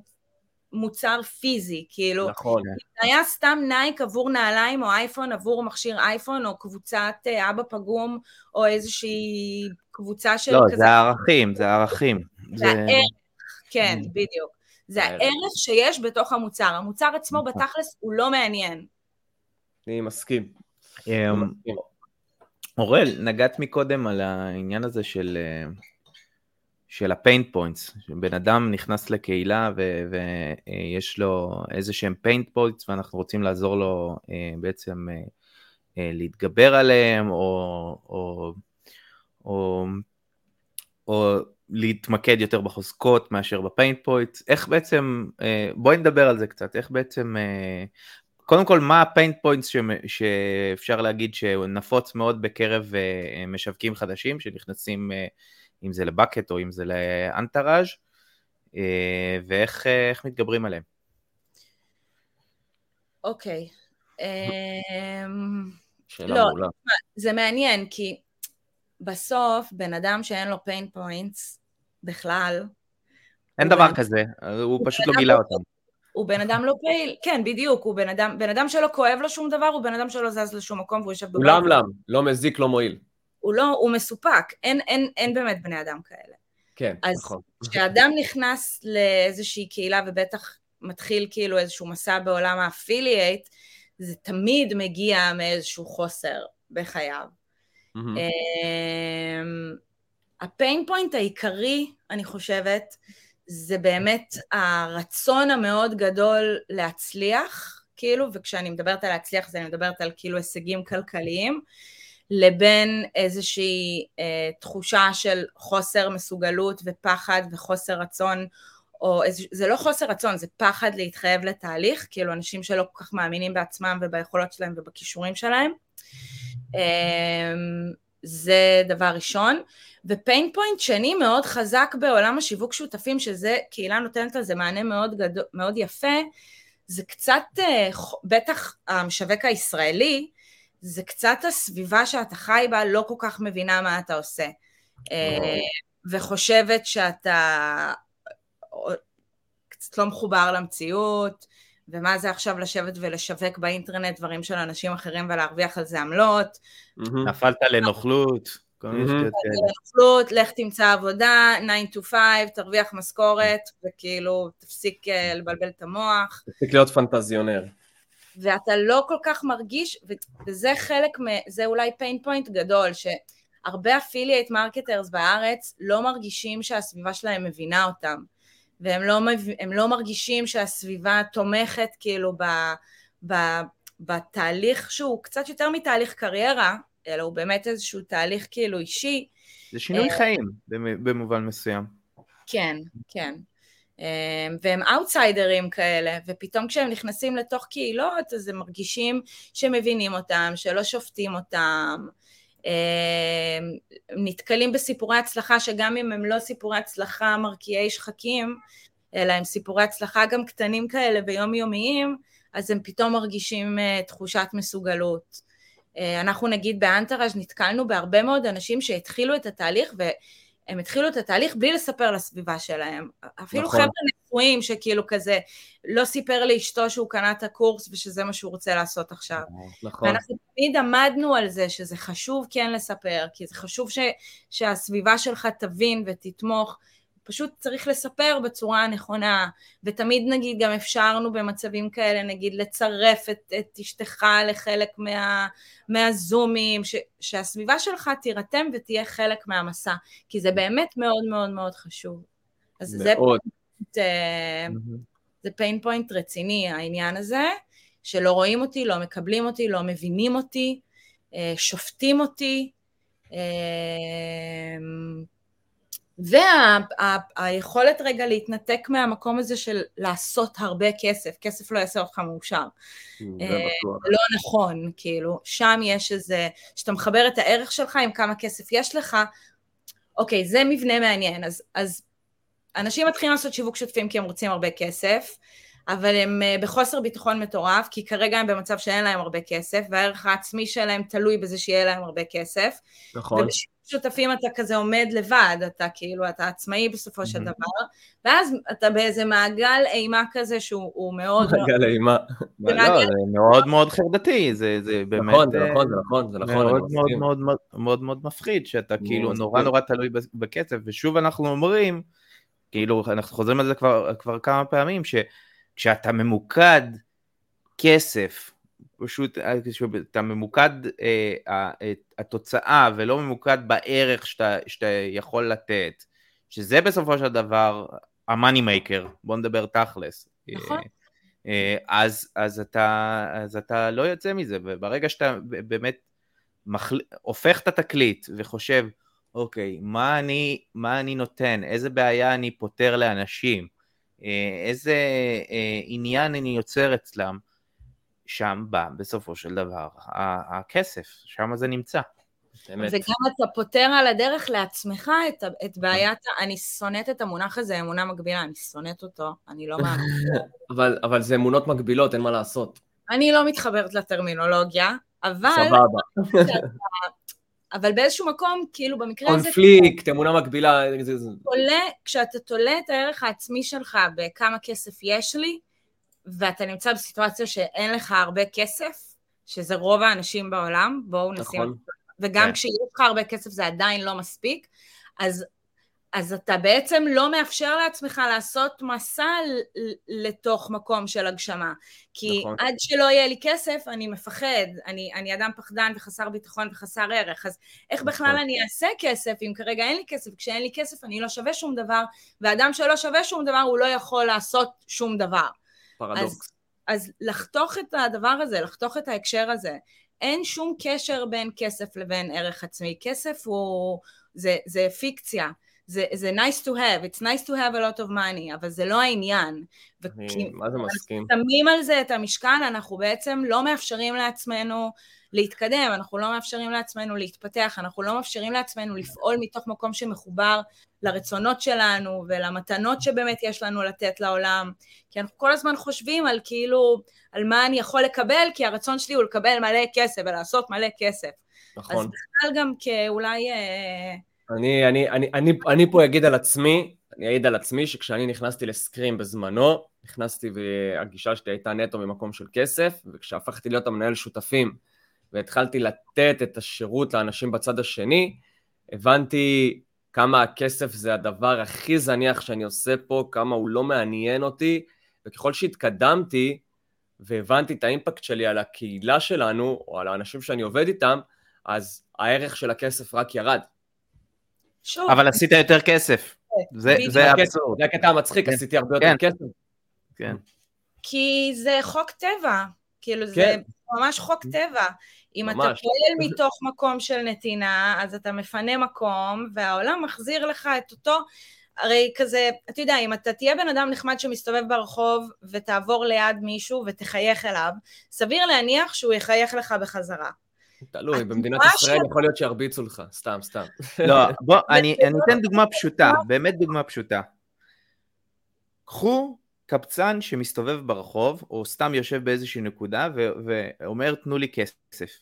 מוצר פיזי, כאילו, נכון. זה היה סתם נייק עבור נעליים או אייפון עבור מכשיר אייפון, או קבוצת אבא פגום, או איזושהי קבוצה של לא, כזה. זה הערכים, זה הערכים. זה הערך, כן, בדיוק. זה הערך שיש בתוך המוצר. המוצר עצמו בתכלס הוא לא מעניין. אני מסכים. אורל, נגעת מקודם על העניין הזה של של הפיינט פוינטס, שבן אדם נכנס לקהילה ויש לו איזה שהם פיינט פוינטס, ואנחנו רוצים לעזור לו בעצם להתגבר עליהם, או או או להתמקד יותר בחוזקות מאשר בפיינט פוינטס. איך בעצם, בואי נדבר על זה קצת, איך בעצם קודם כל, מה הפיינט פוינטס שאפשר להגיד שנפוץ מאוד בקרב משווקים חדשים, שנכנסים, אם זה לבקט או אם זה לאנטראז', ואיך מתגברים עליהם? אוקיי. לא, זה מעניין, כי בסוף, בן אדם שאין לו פיינט פוינטס בכלל, אין דבר כזה, הוא פשוט לא גילה אותם. הוא בן אדם לא פעיל, כן, בדיוק, הוא בן אדם, בן אדם שלא כואב לו שום דבר, הוא בן אדם שלא זז לשום מקום, והוא יושב בבית. הוא למלם, לא מזיק, לא מועיל. הוא לא, הוא מסופק, אין, אין, אין באמת בני אדם כאלה. כן, אז נכון. אז כשאדם נכנס לאיזושהי קהילה, ובטח מתחיל כאילו איזשהו מסע בעולם האפילייט, זה תמיד מגיע מאיזשהו חוסר בחייו. הפיין פוינט העיקרי, אני חושבת, זה באמת הרצון המאוד גדול להצליח, כאילו, וכשאני מדברת על להצליח, אז אני מדברת על כאילו הישגים כלכליים, לבין איזושהי אה, תחושה של חוסר מסוגלות ופחד וחוסר רצון, או איז... זה לא חוסר רצון, זה פחד להתחייב לתהליך, כאילו אנשים שלא כל כך מאמינים בעצמם וביכולות שלהם ובכישורים שלהם. אה, זה דבר ראשון. ופיין פוינט שני מאוד חזק בעולם השיווק שותפים, שזה קהילה נותנת על זה מענה מאוד, גדול, מאוד יפה, זה קצת, בטח המשווק הישראלי, זה קצת הסביבה שאתה חי בה, לא כל כך מבינה מה אתה עושה, וחושבת שאתה קצת לא מחובר למציאות, ומה זה עכשיו לשבת ולשווק באינטרנט דברים של אנשים אחרים ולהרוויח על זה עמלות. נפלת לנוכלות. לנוכלות, לך תמצא עבודה, nine to five, תרוויח משכורת, וכאילו תפסיק לבלבל את המוח. תפסיק להיות פנטזיונר. ואתה לא כל כך מרגיש, וזה חלק, זה אולי pain point גדול, שהרבה affiliate marketers בארץ לא מרגישים שהסביבה שלהם מבינה אותם. והם לא, הם לא מרגישים שהסביבה תומכת כאילו ב, ב, בתהליך שהוא קצת יותר מתהליך קריירה, אלא הוא באמת איזשהו תהליך כאילו אישי. זה שינוי חיים במובן מסוים. כן, כן. והם אאוטסיידרים כאלה, ופתאום כשהם נכנסים לתוך קהילות, אז הם מרגישים שמבינים אותם, שלא שופטים אותם, נתקלים בסיפורי הצלחה, שגם אם הם לא סיפורי הצלחה מרקיעי שחקים, אלא הם סיפורי הצלחה גם קטנים כאלה ויומיומיים, אז הם פתאום מרגישים תחושת מסוגלות. אנחנו נגיד באנטראז' נתקלנו בהרבה מאוד אנשים שהתחילו את התהליך, והם התחילו את התהליך בלי לספר לסביבה שלהם. אפילו נכון. חבר'ה נשואים שכאילו כזה, לא סיפר לאשתו שהוא קנה את הקורס, ושזה מה שהוא רוצה לעשות עכשיו. נכון. ואנחנו תמיד עמדנו על זה, שזה חשוב כן לספר, כי זה חשוב ש, שהסביבה שלך תבין ותתמוך, פשוט צריך לספר בצורה הנכונה, ותמיד נגיד גם אפשרנו במצבים כאלה, נגיד לצרף את, את אשתך לחלק מה, מהזומים, ש, שהסביבה שלך תירתם ותהיה חלק מהמסע, כי זה באמת מאוד מאוד מאוד חשוב. אז מאוד. זה, זה pain point רציני, העניין הזה, שלא רואים אותי, לא מקבלים אותי, לא מבינים אותי, שופטים אותי, והיכולת רגע להתנתק מהמקום הזה של לעשות הרבה כסף, כסף לא יעשה אותך מאושר. לא נכון, כאילו, שם יש איזה, שאתה מחבר את הערך שלך עם כמה כסף יש לך, אוקיי, זה מבנה מעניין, אז, אז אנשים מתחילים לעשות שיווק שותפים כי הם רוצים הרבה כסף, אבל הם בחוסר ביטחון מטורף, כי כרגע הם במצב שאין להם הרבה כסף, והערך העצמי שלהם תלוי בזה שיהיה להם הרבה כסף. נכון. שותפים אתה כזה עומד לבד, אתה כאילו, אתה עצמאי בסופו של דבר, ואז אתה באיזה מעגל אימה כזה שהוא מאוד... מעגל אימה. לא, זה מאוד מאוד חרדתי, זה באמת... נכון, זה נכון, זה נכון, זה נכון. מאוד מאוד מפחיד, שאתה כאילו נורא נורא תלוי בכסף, ושוב אנחנו אומרים, כאילו אנחנו חוזרים על זה כבר כמה פעמים, שכשאתה ממוקד כסף, פשוט אתה ממוקד אה, התוצאה ולא ממוקד בערך שאתה, שאתה יכול לתת, שזה בסופו של דבר המאני מייקר, בוא נדבר תכלס. נכון. אה, אז, אז, אתה, אז אתה לא יוצא מזה, וברגע שאתה באמת מחל... הופך את התקליט וחושב, אוקיי, מה אני, מה אני נותן, איזה בעיה אני פותר לאנשים, אה, איזה אה, עניין אני יוצר אצלם, שם בא בסופו של דבר הכסף, שם זה נמצא. וגם אתה פותר על הדרך לעצמך את, את בעיית, אני שונאת את המונח הזה, אמונה מגבילה, אני שונאת אותו, אני לא מאמין. אבל, אבל זה אמונות מגבילות, אין מה לעשות. אני לא מתחברת לטרמינולוגיה, אבל... סבבה. אבל באיזשהו מקום, כאילו במקרה הזה... קונפליקט, אמונה מגבילה. תולה, כשאתה תולה את הערך העצמי שלך בכמה כסף יש לי, ואתה נמצא בסיטואציה שאין לך הרבה כסף, שזה רוב האנשים בעולם, בואו נשים, נכון. וגם כן. כשיש לך הרבה כסף זה עדיין לא מספיק, אז, אז אתה בעצם לא מאפשר לעצמך לעשות מסע לתוך מקום של הגשמה, כי נכון. עד שלא יהיה לי כסף אני מפחד, אני, אני אדם פחדן וחסר ביטחון וחסר ערך, אז איך בכלל נכון. אני אעשה כסף אם כרגע אין לי כסף, כשאין לי כסף אני לא שווה שום דבר, ואדם שלא שווה שום דבר הוא לא יכול לעשות שום דבר. אז, אז לחתוך את הדבר הזה, לחתוך את ההקשר הזה, אין שום קשר בין כסף לבין ערך עצמי. כסף הוא, זה, זה פיקציה, זה, זה nice to have, it's nice to have a lot of money, אבל זה לא העניין. אני, מה זה מסכים? שמים על זה את המשקל, אנחנו בעצם לא מאפשרים לעצמנו להתקדם, אנחנו לא מאפשרים לעצמנו להתפתח, אנחנו לא מאפשרים לעצמנו לפעול מתוך מקום שמחובר לרצונות שלנו ולמתנות שבאמת יש לנו לתת לעולם, כי אנחנו כל הזמן חושבים על כאילו, על מה אני יכול לקבל, כי הרצון שלי הוא לקבל מלא כסף ולעשות מלא כסף. נכון. אז בכלל גם כאולי... אני, אני, אני, אני, אני פה אגיד על עצמי, אני אגיד על עצמי שכשאני נכנסתי לסקרים בזמנו, נכנסתי והגישה שלי הייתה נטו ממקום של כסף, וכשהפכתי להיות המנהל שותפים, והתחלתי לתת את השירות לאנשים בצד השני, הבנתי כמה הכסף זה הדבר הכי זניח שאני עושה פה, כמה הוא לא מעניין אותי, וככל שהתקדמתי, והבנתי את האימפקט שלי על הקהילה שלנו, או על האנשים שאני עובד איתם, אז הערך של הכסף רק ירד. שוב. אבל עשית יותר כסף. זה, זה אבסורד. זה הקטע המצחיק, עשיתי הרבה יותר כסף. כן. כי זה חוק טבע, כאילו זה ממש חוק טבע. אם אתה פועל מתוך מקום של נתינה, אז אתה מפנה מקום, והעולם מחזיר לך את אותו, הרי כזה, אתה יודע, אם אתה תהיה בן אדם נחמד שמסתובב ברחוב, ותעבור ליד מישהו ותחייך אליו, סביר להניח שהוא יחייך לך בחזרה. תלוי, במדינת ישראל יכול להיות שירביצו לך, סתם, סתם. לא, בוא, אני אתן דוגמה פשוטה, באמת דוגמה פשוטה. קחו קבצן שמסתובב ברחוב, או סתם יושב באיזושהי נקודה, ואומר, תנו לי כסף.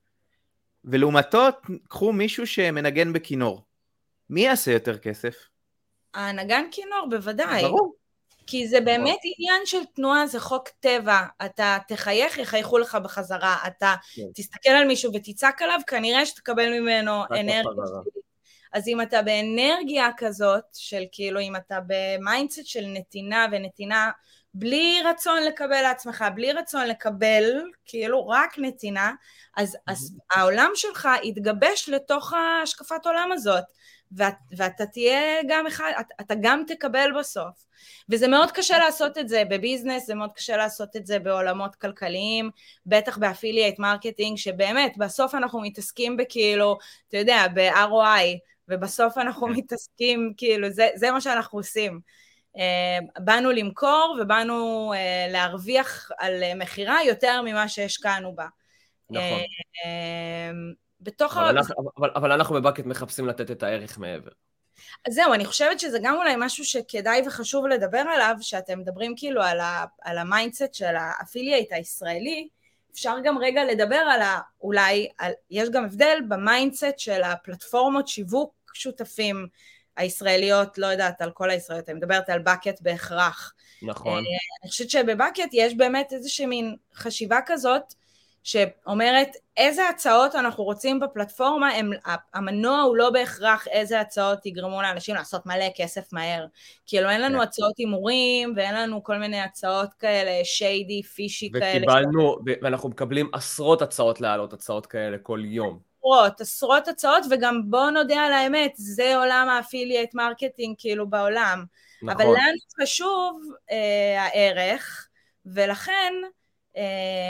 ולעומתו, קחו מישהו שמנגן בכינור. מי יעשה יותר כסף? הנגן כינור, בוודאי. ברור. כי זה באמת עניין של תנועה, זה חוק טבע. אתה תחייך, יחייכו לך בחזרה. אתה תסתכל על מישהו ותצעק עליו, כנראה שתקבל ממנו אנרגיה. אז אם אתה באנרגיה כזאת, של כאילו, אם אתה במיינדסט של נתינה ונתינה, בלי רצון לקבל לעצמך, בלי רצון לקבל, כאילו רק נתינה, אז, אז העולם שלך יתגבש לתוך השקפת עולם הזאת, ואת, ואתה תהיה גם אחד, אתה, אתה גם תקבל בסוף. וזה מאוד קשה לעשות את זה בביזנס, זה מאוד קשה לעשות את זה בעולמות כלכליים, בטח באפילייט מרקטינג, שבאמת בסוף אנחנו מתעסקים בכאילו, אתה יודע, ב-אר או איי, ובסוף אנחנו מתעסקים, כאילו, זה, זה מה שאנחנו עושים. Uh, באנו למכור ובאנו uh, להרוויח על uh, מחירה יותר ממה שהשקענו בה. נכון. Uh, uh, בתוך אבל, ה... אנחנו, אבל, אבל אנחנו בבקט מחפשים לתת את הערך מעבר. אז זהו, אני חושבת שזה גם אולי משהו שכדאי וחשוב לדבר עליו, שאתם מדברים כאילו על, ה, על המיינדסט של האפילייט הישראלי, אפשר גם רגע לדבר על ה... אולי, על, יש גם הבדל במיינדסט של הפלטפורמות שיווק שותפים, הישראליות, לא יודעת על כל הישראליות, אני מדברת על בקט בהכרח. נכון. אני חושבת שבבקט יש באמת איזושהי מין חשיבה כזאת, שאומרת איזה הצעות אנחנו רוצים בפלטפורמה, הם, המנוע הוא לא בהכרח איזה הצעות יגרמו לאנשים לעשות מלא כסף מהר, כאילו אין לנו הצעות הימורים, ואין לנו כל מיני הצעות כאלה, שיידי, פישי כאלה. וקיבלנו, ואנחנו מקבלים עשרות הצעות להעלות הצעות כאלה כל יום. עשרות, עשרות הצעות, וגם בוא נודע על האמת, זה עולם האפילייט מרקטינג כאילו בעולם. נכון. אבל לנו חשוב אה, הערך, ולכן אה,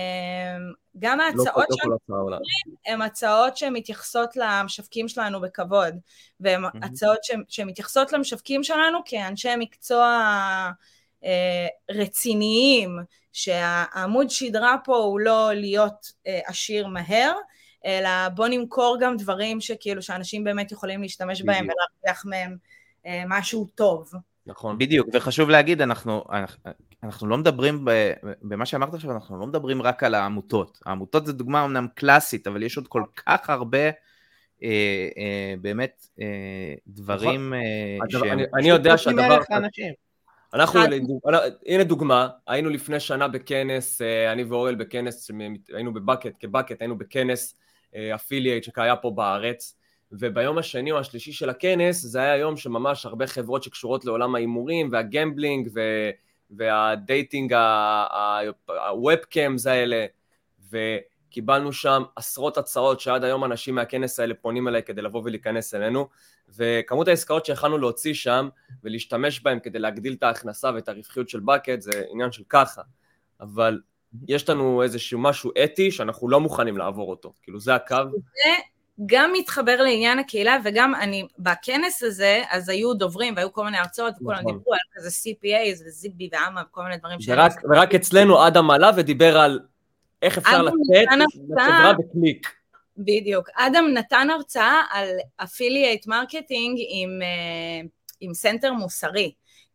גם ההצעות לא שאנחנו מדברים, הן הצעות שמתייחסות למשווקים שלנו בכבוד, והן mm-hmm. הצעות שמתייחסות למשווקים שלנו כאנשי מקצוע אה, רציניים, שהעמוד שדרה פה הוא לא להיות אה, עשיר מהר, אלא בוא נמכור גם דברים שכאילו שאנשים באמת יכולים להשתמש בהם ולהרוויח מהם אה, משהו טוב. נכון. בדיוק, וחשוב להגיד, אנחנו, אנחנו, אנחנו לא מדברים, במה שאמרת עכשיו, אנחנו לא מדברים רק על העמותות. העמותות זה דוגמה אמנם קלאסית, אבל יש עוד כל כך הרבה אה, אה, באמת אה, דברים אה, שהם... אני, אני יודע שהדבר... אנחנו, חד... הנה דוגמה, היינו לפני שנה בכנס, אני ואורל בכנס, היינו בבקט, כבקט, היינו בכנס אפילייט שקהיה פה בארץ, וביום השני או השלישי של הכנס, זה היה יום שממש הרבה חברות שקשורות לעולם האימורים, והגמבלינג, והדייטינג, הוובקאמס האלה, וקיבלנו שם עשרות הצעות, שעד היום אנשים מהכנס האלה פונים אליי כדי לבוא ולהיכנס אלינו, וכמות העסקאות שהכנו להוציא שם, ולהשתמש בהם כדי להגדיל את ההכנסה ואת הרווחיות של בקט, זה עניין של ככה, אבל יש לנו איזשהו משהו אתי, שאנחנו לא מוכנים לעבור אותו, כאילו זה הקו. זה גם מתחבר לעניין הקהילה, וגם אני, בכנס הזה, אז היו דוברים, והיו כל מיני הרצאות, וכולם דיברו על כזה סי פי איז, וזיבי ועמה, וכל מיני דברים ש... ורק, ורק אצלנו אדם עלה ודיבר על איך אפשר לתת לחברה בקליק. בדיוק. אדם נתן הרצאה על אפילייט מרקטינג עם, עם סנטר מוסרי,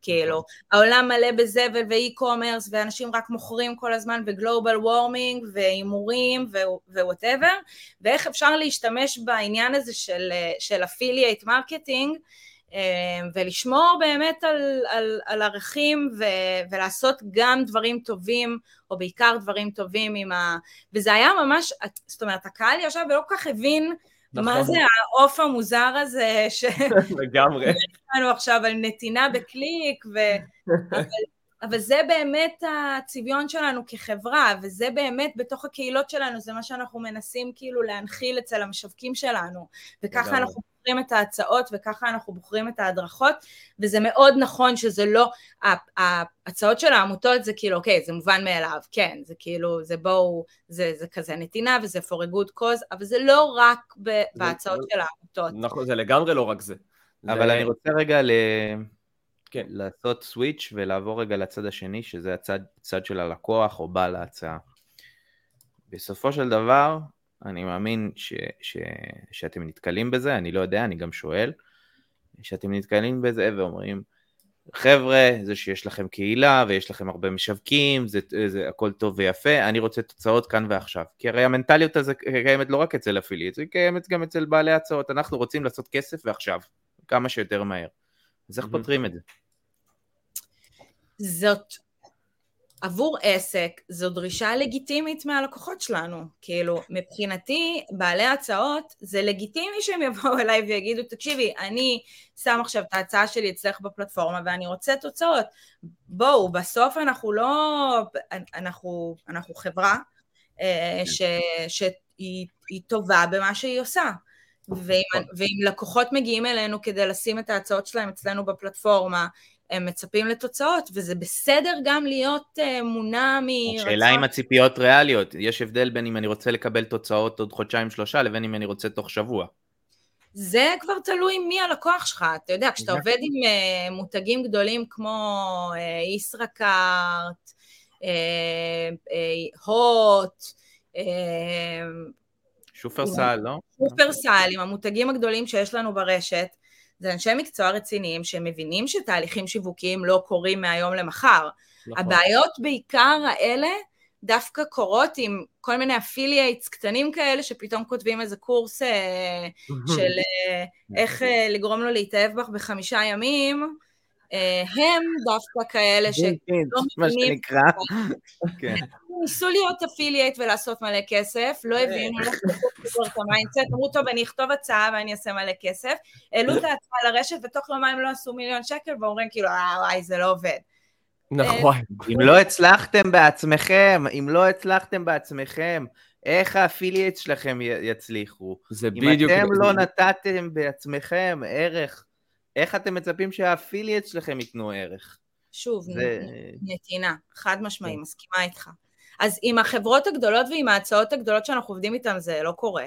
כאילו, העולם מלא בזבל ואי-קומרס, ואנשים רק מוכרים כל הזמן וגלובל וורמינג, ואימורים ווואטאבר, ואיך אפשר להשתמש בעניין הזה של, של אפילייט מרקטינג, ולשמור באמת על, על, על ערכים ו, ולעשות גם דברים טובים, או בעיקר דברים טובים עם ה... וזה היה ממש, זאת אומרת, הקהל ישב ולא כך הבין נכון. מה זה העוף המוזר הזה, ש... לגמרי. לנו עכשיו על נתינה בקליק, ו... אבל, אבל זה באמת הצביון שלנו כחברה, וזה באמת בתוך הקהילות שלנו, זה מה שאנחנו מנסים כאילו להנחיל אצל המשווקים שלנו, וככה לגמרי. אנחנו בוחרים את ההצעות, וככה אנחנו בוחרים את ההדרכות, וזה מאוד נכון שזה לא, ההצעות של העמותות זה כאילו, אוקיי, זה מובן מאליו, כן, זה כאילו, זה בואו, זה, זה כזה נתינה, וזה for a good cause, אבל זה לא רק בהצעות של העמותות. נכון, זה לגמרי לא רק זה. אבל אני רוצה רגע ל... כן. לעשות סוויץ' ולעבור רגע לצד השני, שזה הצד, הצד של הלקוח או בעל ההצעה. בסופו של דבר, אני מאמין ש, ש, שאתם נתקלים בזה, אני לא יודע, אני גם שואל, שאתם נתקלים בזה ואומרים, חבר'ה, זה שיש לכם קהילה ויש לכם הרבה משווקים, זה, זה הכל טוב ויפה, אני רוצה תוצאות כאן ועכשיו. כי הרי המנטליות הזו קיימת לא רק אצל אפילייט, היא קיימת גם אצל בעלי הצעות, אנחנו רוצים לעשות כסף ועכשיו, כמה שיותר מהר. אז איך פותרים את זה? זאת, עבור עסק, זו דרישה לגיטימית מהלקוחות שלנו, כאילו, מבחינתי, בעלי הצעות, זה לגיטימי שהם יבואו אליי ויגידו, תקשיבי, אני שם עכשיו את ההצעה שלי אצלך בפלטפורמה, ואני רוצה תוצאות, בואו, בסוף אנחנו לא, אנחנו, אנחנו חברה, ש, שהיא, היא טובה במה שהיא עושה, ואם, ואם לקוחות מגיעים אלינו כדי לשים את ההצעות שלהם אצלנו בפלטפורמה, הם מצפים לתוצאות, וזה בסדר גם להיות uh, מונע מרצון. השאלה עם הציפיות ריאליות, יש הבדל בין אם אני רוצה לקבל תוצאות עוד חודשיים שלושה, לבין אם אני רוצה תוך שבוע. זה כבר תלוי מי הלקוח שלך, אתה יודע, כשאתה עובד עם uh, מותגים גדולים כמו uh, ישראכרט, הוט, שופרסל, לא? שופרסל, עם המותגים הגדולים שיש לנו ברשת, זה אנשי מקצוע רציניים שמבינים שתהליכים שיווקיים לא קורים מהיום למחר. נכון. הבעיות בעיקר האלה דווקא קורות עם כל מיני אפילייטס קטנים כאלה שפתאום כותבים איזה קורס אה, של אה, איך אה, לגרום לו להתאהב בך בחמישה ימים, אה, הם דווקא כאלה שלא מבינים. כן. ניסו להיות אפילייט ולעשות מלא כסף, לא הבינו, לא חשבו את המיינדסט, אמרו טוב, אני אכתוב הצעה ואני אעשה מלא כסף, העלו את ההצעה לרשת ותוך יומיים לא עשו מיליון שקל, ואומרים כאילו, אה וואי, זה לא עובד. נכון. אם לא הצלחתם בעצמכם, אם לא הצלחתם בעצמכם, איך האפילייט שלכם יצליחו? זה בדיוק. אם אתם לא נתתם בעצמכם ערך, איך אתם מצפים שהאפילייט שלכם ייתנו ערך? שוב, זה... נתינה, חד משמעי, מסכימה איתך. אז עם החברות הגדולות ועם ההצעות הגדולות שאנחנו עובדים איתן זה לא קורה.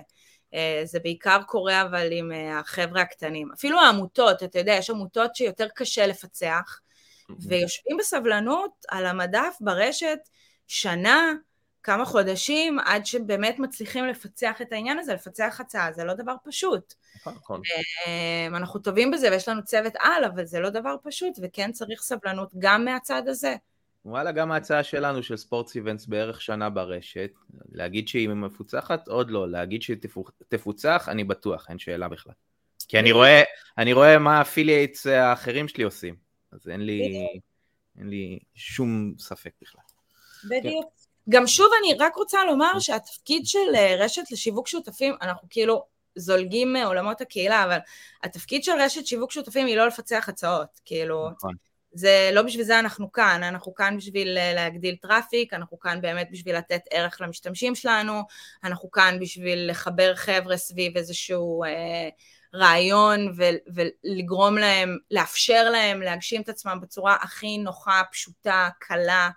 זה בעיקר קורה אבל עם החבר'ה הקטנים. אפילו העמותות, אתה יודע, יש עמותות שיותר קשה לפצח, ויושבים בסבלנות על המדף ברשת שנה, כמה חודשים, עד שבאמת מצליחים לפצח את העניין הזה, לפצח הצעה, זה לא דבר פשוט. נכון. אנחנו טובים בזה ויש לנו צוות על, אבל זה לא דבר פשוט, וכן צריך סבלנות גם מהצד הזה. וואלה, גם ההצעה שלנו של ספורטס איבנטס בערך שנה ברשת, להגיד שהיא מפוצחת, עוד לא, להגיד שהיא תפוצח, אני בטוח, אין שאלה בכלל. כי אני רואה, אני רואה מה האפילייטס האחרים שלי עושים, אז אין לי, אין לי שום ספק בכלל. בדיוק. גם שוב אני רק רוצה לומר שהתפקיד של רשת לשיווק שותפים, אנחנו כאילו זולגים מעולמות הקהילה, אבל התפקיד של רשת שיווק שותפים היא לא לפצח הצעות, כאילו, נכון. זה לא בשביל זה אנחנו כאן, אנחנו כאן בשביל להגדיל טראפיק, אנחנו כאן באמת בשביל לתת ערך למשתמשים שלנו, אנחנו כאן בשביל לחבר חבר'ה סביב איזשהו אה, רעיון, ו- ולגרום להם, לאפשר להם להגשים את עצמם בצורה הכי נוחה, פשוטה, קלה,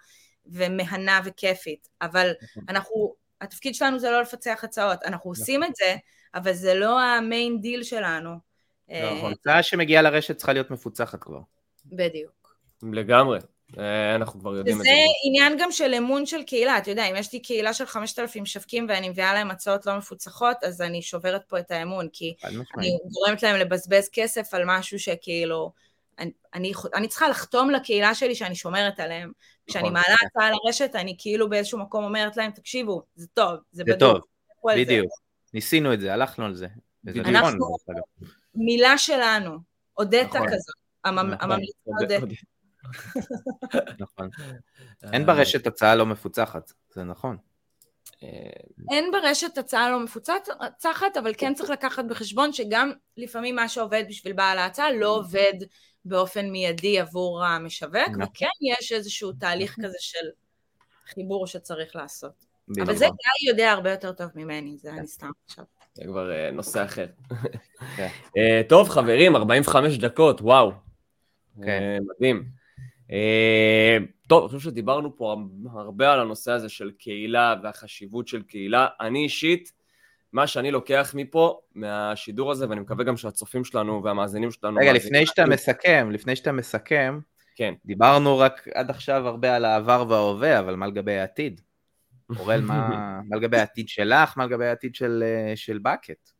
ומהנה וכיפית, אבל אנחנו, התפקיד שלנו זה לא לפצח הצעות, אנחנו עושים את זה, אבל זה לא המיין דיל שלנו. נכון, הצעה שמגיעה לרשת צריכה להיות מפוצחת כבר. בדיוק. לגמרי, אנחנו כבר יודעים את זה. וזה עניין גם של אמון של קהילה, אתה יודע, אם יש לי קהילה של חמשת אלפים משווקים ואני מביאה להם הצעות לא מפוצחות, אז אני שוברת פה את האמון, כי אני גורמת להם לבזבז כסף על משהו שכאילו, אני, אני, אני צריכה לחתום לקהילה שלי שאני שומרת עליהם. כשאני מעלה הצעה לרשת, אני כאילו באיזשהו מקום אומרת להם, תקשיבו, זה טוב, זה בדוק. זה טוב, בדיוק. ניסינו את זה, הלכנו על זה. אנחנו, מילה שלנו, אודטה כזאת, הממליצה אודטה. נכון. אין ברשת הצעה לא מפוצחת, זה נכון. אין ברשת הצעה לא מפוצחת, אבל כן צריך לקחת בחשבון שגם לפעמים מה שעובד בשביל בעל ההצעה לא עובד באופן מיידי עבור המשווק, וכן יש איזשהו תהליך כזה של חיבור שצריך לעשות. אבל זה גיא יודע הרבה יותר טוב ממני, זה אני סתם עכשיו. זה כבר נושא אחר. טוב חברים, ארבעים וחמש דקות, וואו. מדהים. טוב, אני חושב שדיברנו פה הרבה על הנושא הזה של קהילה והחשיבות של קהילה. אני אישית, מה שאני לוקח מפה, מהשידור הזה, ואני מקווה גם שהצופים שלנו והמאזינים שלנו... רגע, לפני שאתה מסכם, לפני שאתה מסכם, כן. דיברנו רק עד עכשיו הרבה על העבר וההווה, אבל מה לגבי העתיד? אורל, מה לגבי העתיד שלך, מה לגבי העתיד של בקט?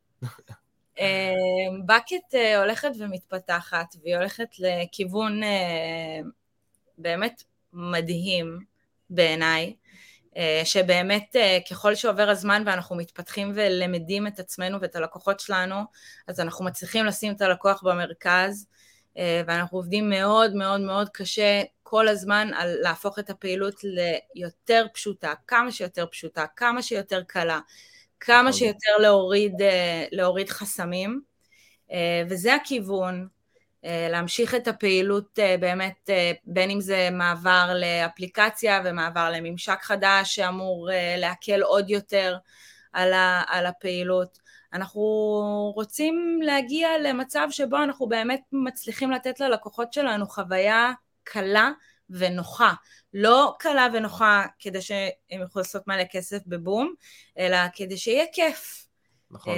בקט הולכת ומתפתחת, והיא הולכת לכיוון באמת מדהים בעיניי, שבאמת ככל שעובר הזמן ואנחנו מתפתחים ולמדים את עצמנו ואת הלקוחות שלנו, אז אנחנו מצליחים לשים את הלקוח במרכז, ואנחנו עובדים מאוד מאוד מאוד קשה כל הזמן על להפוך את הפעילות ליותר פשוטה, כמה שיותר פשוטה, כמה שיותר קלה, כמה שיותר להוריד, להוריד חסמים, וזה הכיוון, להמשיך את הפעילות באמת, בין אם זה מעבר לאפליקציה ומעבר לממשק חדש שאמור להקל עוד יותר על, ה, על הפעילות. אנחנו רוצים להגיע למצב שבו אנחנו באמת מצליחים לתת ללקוחות שלנו חוויה קלה ונוחה. לא קלה ונוחה כדי שהם יוכלו לעשות מלא כסף בבום, אלא כדי שיהיה כיף. נכון.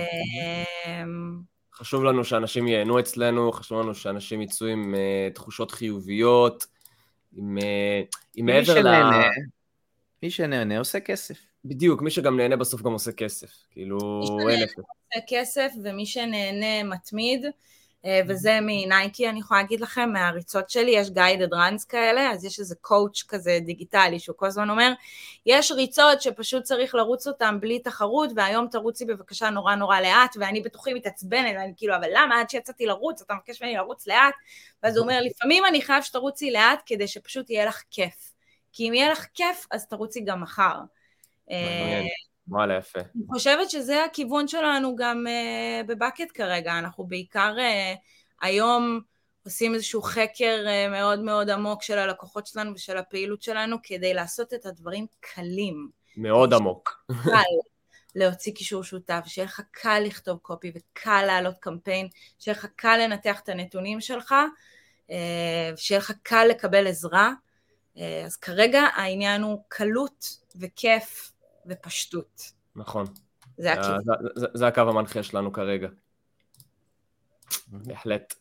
חשוב לנו שאנשים ייהנו אצלנו, חשוב לנו שאנשים יצאו עם uh, תחושות חיוביות, עם, uh, עם מעבר ל... מי שנהנה עושה כסף. בדיוק, מי שגם נהנה בסוף גם עושה כסף. כאילו, אין אפס. מי שנהנה עושה כסף, ומי שנהנה מתמיד, וזה מנייקי, אני יכולה להגיד לכם, מהריצות שלי, יש guided runs כאלה, אז יש איזה קואוץ' כזה דיגיטלי, שהוא כל הזמן אומר, יש ריצות שפשוט צריך לרוץ אותם בלי תחרות, והיום תרוצי בבקשה נורא נורא לאט, ואני בתוכי מתעצבנת, ואני כאילו, אבל למה עד שיצאתי לרוץ, אתה מבקש ממני לרוץ לאט, ואז הוא אומר, לפעמים אני חייב שתרוצי לאט, כדי שפשוט יהיה לך כיף, כי אם יהיה לך כיף, אז תרוצי גם מחר. וואלה, יפה. אני חושבת שזה הכיוון שלנו גם uh, בבקט כרגע, אנחנו בעיקר uh, היום עושים איזשהו חקר uh, מאוד מאוד עמוק של הלקוחות שלנו ושל הפעילות שלנו, כדי לעשות את הדברים קלים. מאוד עמוק. קל להוציא קישור שותף, שיהיה לך קל לכתוב קופי וקל לעלות קמפיין, שיהיה לך קל לנתח את הנתונים שלך, uh, שיהיה לך קל לקבל עזרה, uh, אז כרגע העניין הוא קלות וכיף, ופשטות. נכון. זה הכיוון. זה, זה, זה הקו המנחה שלנו כרגע. בהחלט.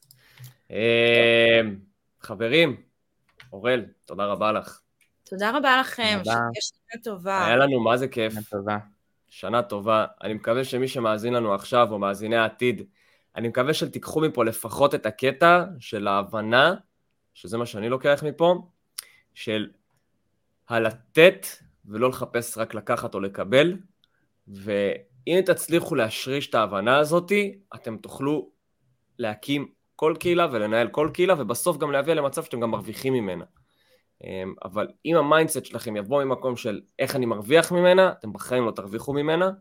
חברים, אורל, תודה רבה לך. תודה רבה לכם, שתהיה שנה טובה. היה לנו מה זה כיף. שנה טובה. שנה טובה. אני מקווה שמי שמאזין לנו עכשיו, או מאזיני העתיד, אני מקווה שתיקחו מפה לפחות את הקטע של ההבנה, שזה מה שאני לוקח מפה, של הלתת, ולא לחפש רק לקחת או לקבל, ואם תצליחו להשריש את ההבנה הזאת, אתם תוכלו להקים כל קהילה ולנהל כל קהילה, ובסוף גם להביא למצב שאתם גם מרוויחים ממנה. אבל אם המיינדסט שלכם יבוא ממקום של איך אני מרוויח ממנה, אתם בחיים לא תרוויחו ממנה.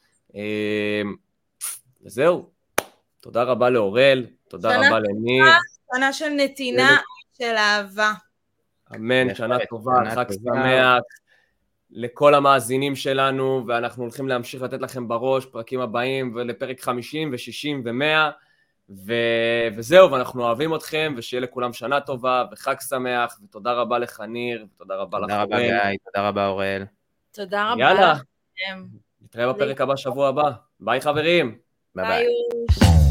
וזהו. תודה רבה לאורל, תודה רבה לניר. שנה של נתינה, של אהבה. אמן, שנה טובה, חג שמח. לכל המאזינים שלנו, ואנחנו הולכים להמשיך לתת לכם בראש פרקים הבאים, ולפרק חמישים ו-שישים ו-מאה, ו... וזהו, ואנחנו אוהבים אתכם, ושיהיה לכולם שנה טובה, וחג שמח, ותודה רבה לך ניר, ותודה רבה לך אורל. תודה רבה גיא, תודה רבה אורל. תודה רבה. יאללה, נתראה בפרק הבא שבוע הבא. ביי חברים. ביי ביי.